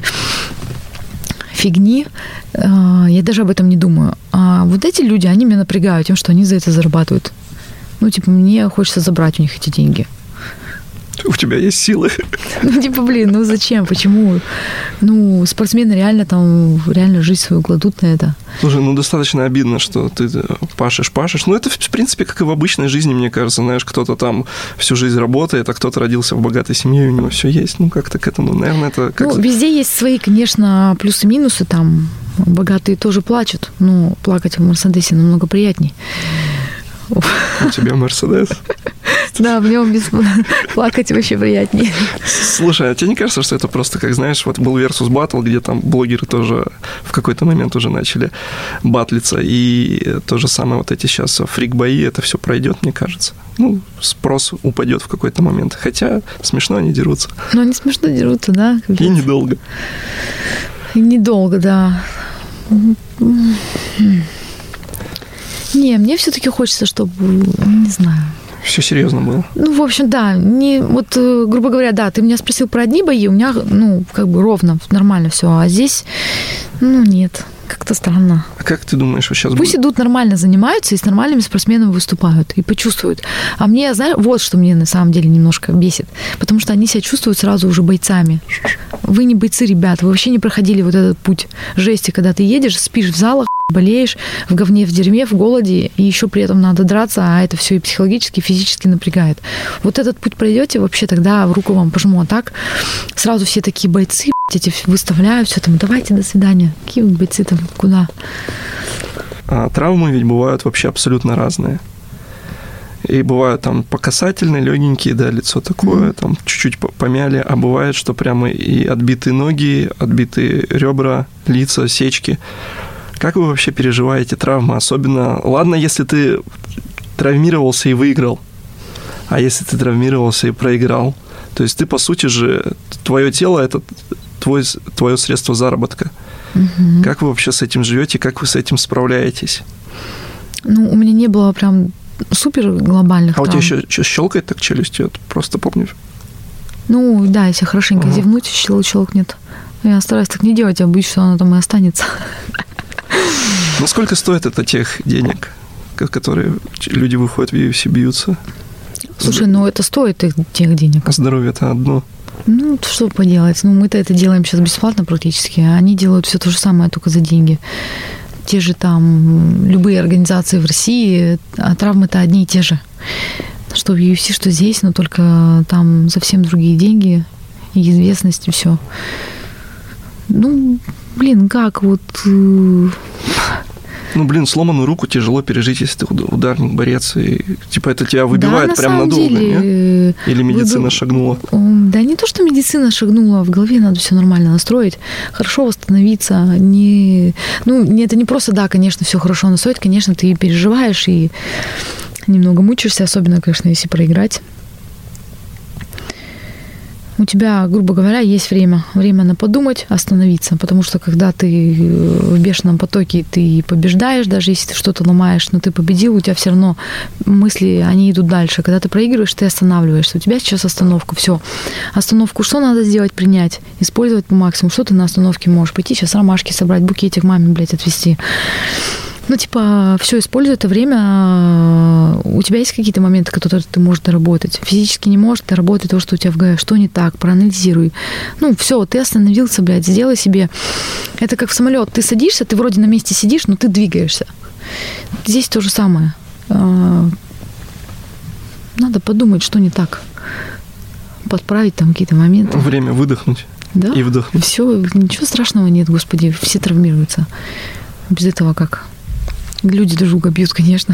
фигни, я даже об этом не думаю. А вот эти люди, они меня напрягают тем, что они за это зарабатывают. Ну, типа, мне хочется забрать у них эти деньги. У тебя есть силы. Ну, типа, блин, ну зачем, почему? Ну, спортсмены реально жизнь свою кладут на это. Слушай, ну достаточно обидно, что ты пашешь. Ну, это, в принципе, как и в обычной жизни, мне кажется. Знаешь, кто-то там всю жизнь работает, а кто-то родился в богатой семье, у него все есть. Ну, как-то к этому, наверное, это... Как... Ну, везде есть свои, конечно, плюсы-минусы там. Богатые тоже плачут. Но плакать в Мерседесе намного приятней. У тебя Мерседес? Да, в нем плакать вообще приятнее. Слушай, а тебе не кажется, что это просто, как знаешь, вот был Versus Battle, где там блогеры тоже в какой-то момент уже начали батлиться, и то же самое вот эти сейчас фрик-бои, это все пройдет, мне кажется. Ну, спрос упадет в какой-то момент. Хотя смешно они дерутся. Ну, они смешно дерутся, да? И недолго. И недолго, да. Не, мне все-таки хочется, чтобы, не знаю... Все серьезно было. Ну, в общем, да. Не, вот, грубо говоря, да, ты меня спросил про одни бои, у меня, ну, как бы ровно, нормально все. А здесь, ну, нет, как-то странно. А как ты думаешь, вот сейчас Пусть будет? идут нормально, занимаются и с нормальными спортсменами выступают и почувствуют. А мне, знаешь, вот что мне на самом деле немножко бесит. Потому что они себя чувствуют сразу уже бойцами. Вы не бойцы, ребят, вы вообще не проходили вот этот путь жести, когда ты едешь, спишь в залах, болеешь в говне, в дерьме, в голоде, и еще при этом надо драться, а это все и психологически, и физически напрягает. Вот этот путь пройдете, вообще тогда в руку вам пожму. А так сразу все такие бойцы, эти выставляют, все там, давайте, до свидания. Какие вы бойцы там, куда? А травмы ведь бывают вообще абсолютно разные. И бывают там по касательной, легенькие, да, лицо такое, там чуть-чуть помяли, а бывает, что прямо и отбитые ноги, отбитые ребра, лица, сечки. Как вы вообще переживаете травмы? Особенно, ладно, если ты травмировался и выиграл, а если ты травмировался и проиграл, то есть ты, по сути же, твое тело – это твое средство заработка. Угу. Как вы вообще с этим живете, как вы с этим справляетесь? Ну, у меня не было прям супер глобальных травм. А у тебя еще щелкает так челюстью? Я просто помню. Ну, да, если хорошенько зевнуть, щелкнет. Я стараюсь так не делать, я боюсь, что она там и останется. Ну, сколько стоит это тех денег, которые люди выходят в UFC, бьются? Слушай, ну это стоит тех денег. А здоровье-то одно. Ну, что поделать? Ну, мы-то это делаем сейчас бесплатно практически, а они делают все то же самое, только за деньги. Те же там любые организации в России, а травмы-то одни и те же. Что в UFC, что здесь, но только там совсем другие деньги и известность, и все. Ну, блин, как вот... Сломанную руку тяжело пережить, если ты ударник, борец, и типа это тебя выбивает прям надолго, нет? Или медицина шагнула? Да не то, что медицина шагнула, в голове надо все нормально настроить, хорошо восстановиться. Это не просто, да, конечно, все хорошо настроить, конечно, ты переживаешь и немного мучаешься, особенно, конечно, если проиграть. У тебя, грубо говоря, есть время на подумать, остановиться, потому что когда ты в бешеном потоке, ты побеждаешь, даже если ты что-то ломаешь, но ты победил, у тебя все равно мысли, они идут дальше. Когда ты проигрываешь, ты останавливаешься. У тебя сейчас остановка, все. Остановку что надо сделать? Принять, использовать по максимуму. Что ты на остановке можешь? Пойти сейчас ромашки собрать, букетик маме, отвезти. Все, используй это время. У тебя есть какие-то моменты, которые ты можешь доработать? Физически не можешь доработать то, что у тебя в голове. Что не так? Проанализируй. Все, ты остановился, сделай себе. Это как в самолет. Ты садишься, ты вроде на месте сидишь, но ты двигаешься. Здесь то же самое. Надо подумать, что не так. Подправить там какие-то моменты. Время выдохнуть. Да? И вдохнуть. Все, ничего страшного нет, Господи. Все травмируются. Без этого как? Люди друг друга бьют, конечно.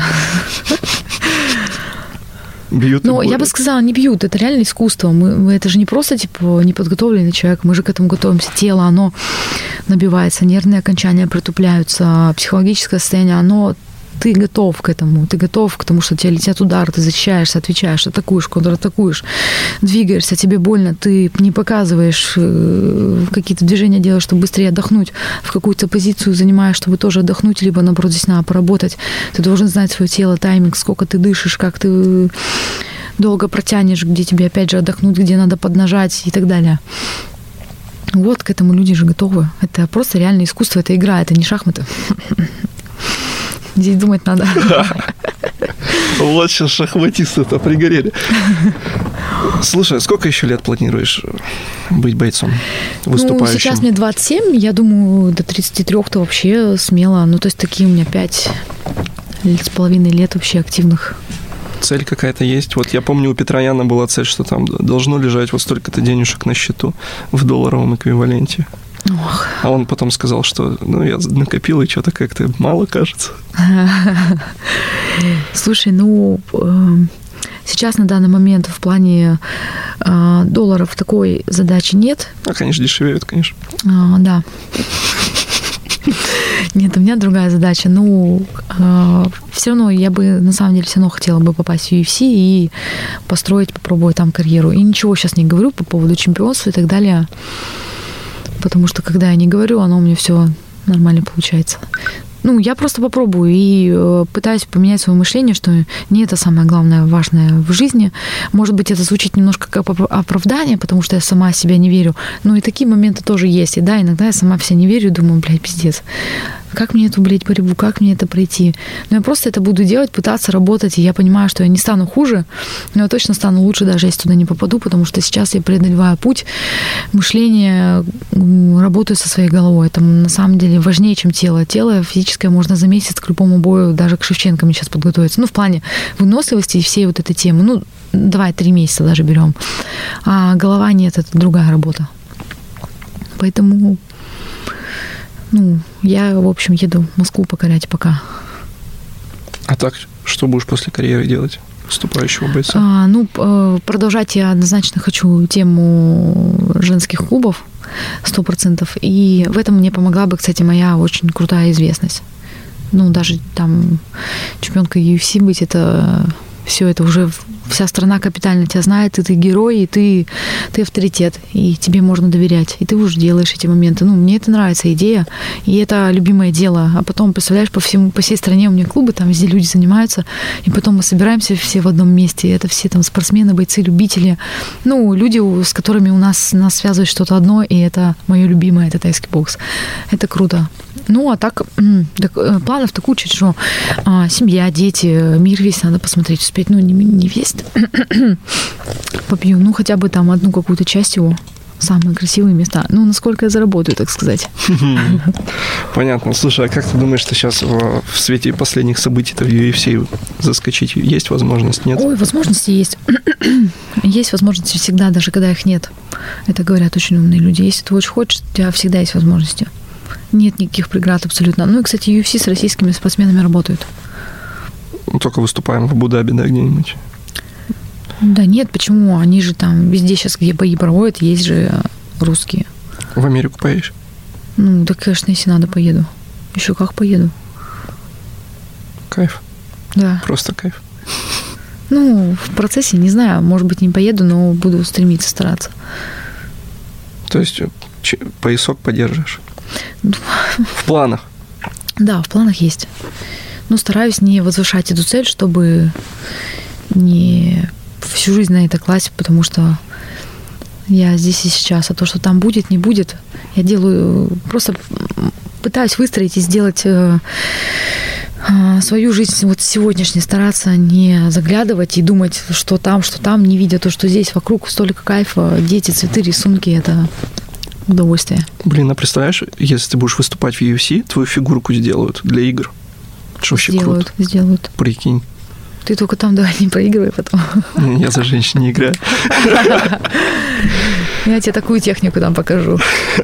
Бьют. Но я бы сказала, не бьют. Это реально искусство. Это же не просто неподготовленный человек. Мы же к этому готовимся. Тело, оно набивается, нервные окончания притупляются, психологическое состояние, ты готов к этому. Ты готов к тому, что тебе летят удары, ты защищаешься, отвечаешь, атакуешь, контратакуешь, двигаешься, тебе больно, ты не показываешь, какие-то движения делаешь, чтобы быстрее отдохнуть, в какую-то позицию занимаешь, чтобы тоже отдохнуть, либо, наоборот, здесь надо поработать. Ты должен знать свое тело, тайминг, сколько ты дышишь, как ты долго протянешь, где тебе, опять же, отдохнуть, где надо поднажать и так далее. К этому люди же готовы. Это просто реальное искусство, это игра, это не шахматы. Здесь думать надо. Вот сейчас шахматисты-то пригорели. Слушай, сколько еще лет планируешь быть бойцом, выступающим? Сейчас мне 27, я думаю, до 33-то вообще смело. То есть такие у меня 5,5 лет вообще активных. Цель какая-то есть? Я помню, у Петрояна была цель, что там должно лежать столько-то денежек на счету в долларовом эквиваленте. Ох. А он потом сказал, что я накопил, и что-то как-то мало кажется. Слушай, сейчас на данный момент в плане долларов такой задачи нет. Конечно, дешевеют, конечно. Да. Нет, у меня другая задача. Все равно я бы, на самом деле, все равно хотела бы попасть в UFC и попробовать там карьеру. И ничего сейчас не говорю по поводу чемпионства и так далее. Потому что, когда я не говорю, оно у меня все нормально получается. Я просто попробую и пытаюсь поменять свое мышление, что не это самое главное, важное в жизни. Может быть, это звучит немножко как оправдание, потому что я сама в себя не верю. Но и такие моменты тоже есть. И да, иногда я сама в себя не верю и думаю, пиздец. Как мне эту, борьбу, как мне это пройти? Но я просто это буду делать, пытаться работать, и я понимаю, что я не стану хуже, но я точно стану лучше, даже если туда не попаду, потому что сейчас я преодолеваю путь мышления, работаю со своей головой. Это на самом деле важнее, чем тело. Тело физическое можно за месяц к любому бою, даже к Шевченко мне сейчас подготовиться. В плане выносливости и всей этой темы. Давай 3 месяца даже берем. А голова нет, это другая работа. Поэтому... я, в общем, еду в Москву покорять пока. А так, что будешь после карьеры делать, выступающего бойца? Продолжать я однозначно хочу тему женских клубов 100%. И в этом мне помогла бы, кстати, моя очень крутая известность. Даже там чемпионкой UFC быть, это все это уже вся страна капитально тебя знает, и ты герой, и ты авторитет, и тебе можно доверять, и ты уже делаешь эти моменты. Мне это нравится идея, и это любимое дело. А потом, представляешь, по всей стране у меня клубы, там везде люди занимаются, и потом мы собираемся все в одном месте, и это все там спортсмены, бойцы, любители, люди, с которыми нас связывает что-то одно, и это мое любимое, это тайский бокс. Это круто. А так планов-то куча, что семья, дети, мир весь надо посмотреть, успеть, не весь попью, хотя бы там одну какую-то часть его, самые красивые места, насколько я заработаю, так сказать. Понятно. Слушай, а как ты думаешь, что сейчас в свете последних событий-то в UFC заскочить есть возможность, нет? Ой, возможности есть. Есть возможности всегда, даже когда их нет. Это говорят очень умные люди. Если ты очень хочешь, у тебя всегда есть возможности. Нет никаких преград абсолютно. Ну и, кстати, UFC с российскими спортсменами работают. Только выступаем в Абу-Даби, да, где-нибудь? Да нет, почему? Они же там везде сейчас, где бои проводят, есть же русские. В Америку поедешь? Ну, да, конечно, если надо, поеду. Еще как поеду. Кайф. Да. Просто кайф. Ну, в процессе, не знаю, может быть, не поеду, но буду стремиться, стараться. То есть поясок поддержишь? В планах? Да, в планах есть. Но стараюсь не возвышать эту цель, чтобы не всю жизнь на это класть, потому что я здесь и сейчас, а то, что там будет, не будет, я делаю, просто пытаюсь выстроить и сделать свою жизнь вот сегодняшней, стараться не заглядывать и думать, что там, не видя то, что здесь вокруг столько кайфа, дети, цветы, рисунки, это удовольствие. Блин, а представляешь, если ты будешь выступать в UFC, твою фигурку сделают для игр? Что вообще круто. Сделают. Прикинь. Ты только там давай не проигрывай потом. Я за женщин не играю. Я тебе такую технику там покажу.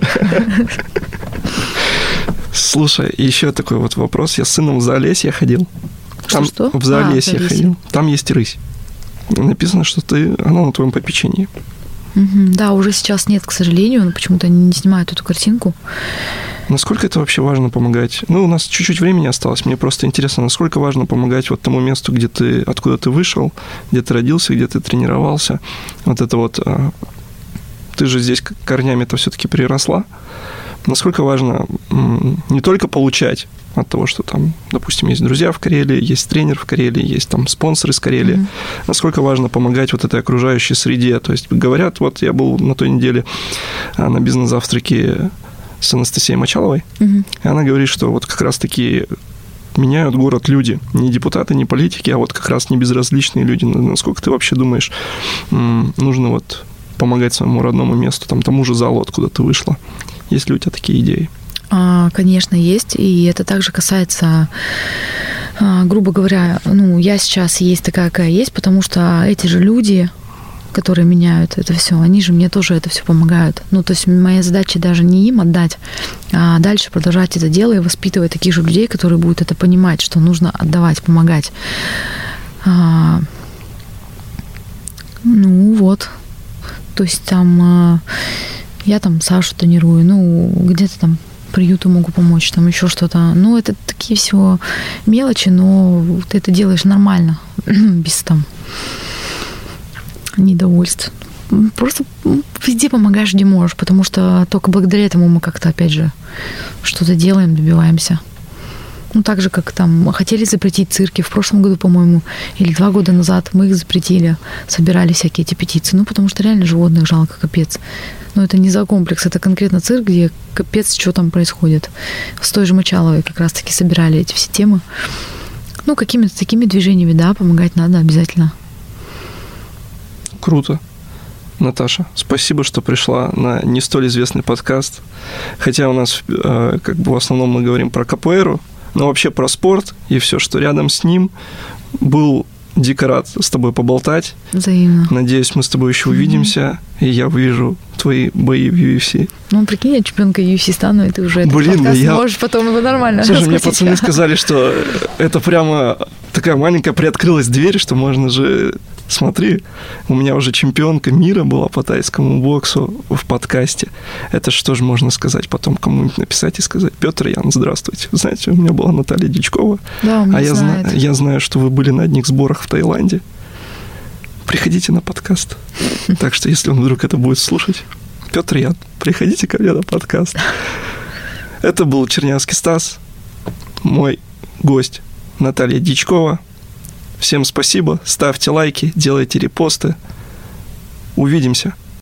Слушай, еще такой вот вопрос. Я с сыном в Заолесье ходил. Там, что? В Заолесье ходил. Там есть рысь. Написано, что она на твоем попечении. Да, уже сейчас нет, к сожалению, но почему-то они не снимают эту картинку. Насколько это вообще важно помогать? Ну, у нас чуть-чуть времени осталось. Мне просто интересно, насколько важно помогать вот тому месту, откуда ты вышел, где ты родился, где ты тренировался. Вот это вот... Ты же здесь корнями-то все-таки приросла. Насколько важно не только получать от того, что там, допустим, есть друзья в Карелии, есть тренер в Карелии, есть там спонсоры из Карелии. Насколько важно помогать вот этой окружающей среде. То есть говорят, вот я был на той неделе на бизнес-завтраке с Анастасией Мочаловой, и она говорит, что вот как раз-таки меняют город люди, не депутаты, не политики, а вот как раз не безразличные люди. Насколько ты вообще думаешь, нужно вот помогать своему родному месту, там, тому же залу, откуда ты вышла? Есть ли у тебя такие идеи? Конечно, есть, и это также касается, грубо говоря, я сейчас есть такая, какая есть, потому что эти же люди, которые меняют это все, они же мне тоже это все помогают. Ну, то есть моя задача даже не им отдать, а дальше продолжать это дело и воспитывать таких же людей, которые будут это понимать, что нужно отдавать, помогать. Ну, вот. То есть там я там Сашу тренирую, где-то там приюту могу помочь, там еще что-то. Ну, это такие всего мелочи, но ты это делаешь нормально, без там недовольств. Просто везде помогаешь, где можешь, потому что только благодаря этому мы как-то, опять же, что-то делаем, добиваемся. Ну, так же, как там хотели запретить цирки в прошлом году, по-моему, или 2 года назад мы их запретили, собирали всякие эти петиции. Ну, потому что реально животных жалко, капец. Но это не зоокомплекс, это конкретно цирк, где капец, что там происходит. С той же Мочаловой как раз-таки собирали эти все темы. Ну, какими-то такими движениями, да, помогать надо обязательно. Круто. Наташа, спасибо, что пришла на не столь известный подкаст. Хотя у нас как бы в основном мы говорим про капоэйру, но вообще про спорт и все, что рядом с ним. Был дико рад с тобой поболтать. Взаимно. Надеюсь, мы с тобой еще увидимся, и я увижу твои бои в UFC. Ну, прикинь, я чемпионка UFC стану, и ты уже этот подкаст можешь потом его нормально раскрутить. Слушай, мне пацаны сказали, что это прямо такая маленькая приоткрылась дверь, что можно же... Смотри, у меня уже чемпионка мира была по тайскому боксу в подкасте. Это что же можно сказать потом, кому-нибудь написать и сказать: Петр Ян, здравствуйте. Знаете, у меня была Наталья Дичкова, да, я знаю, что вы были на одних сборах в Таиланде. Приходите на подкаст. Так что, если он вдруг это будет слушать, Петр Ян, приходите ко мне на подкаст. Это был Чернявский Стас, мой гость Наталья Дичкова. Всем спасибо, ставьте лайки, делайте репосты. Увидимся.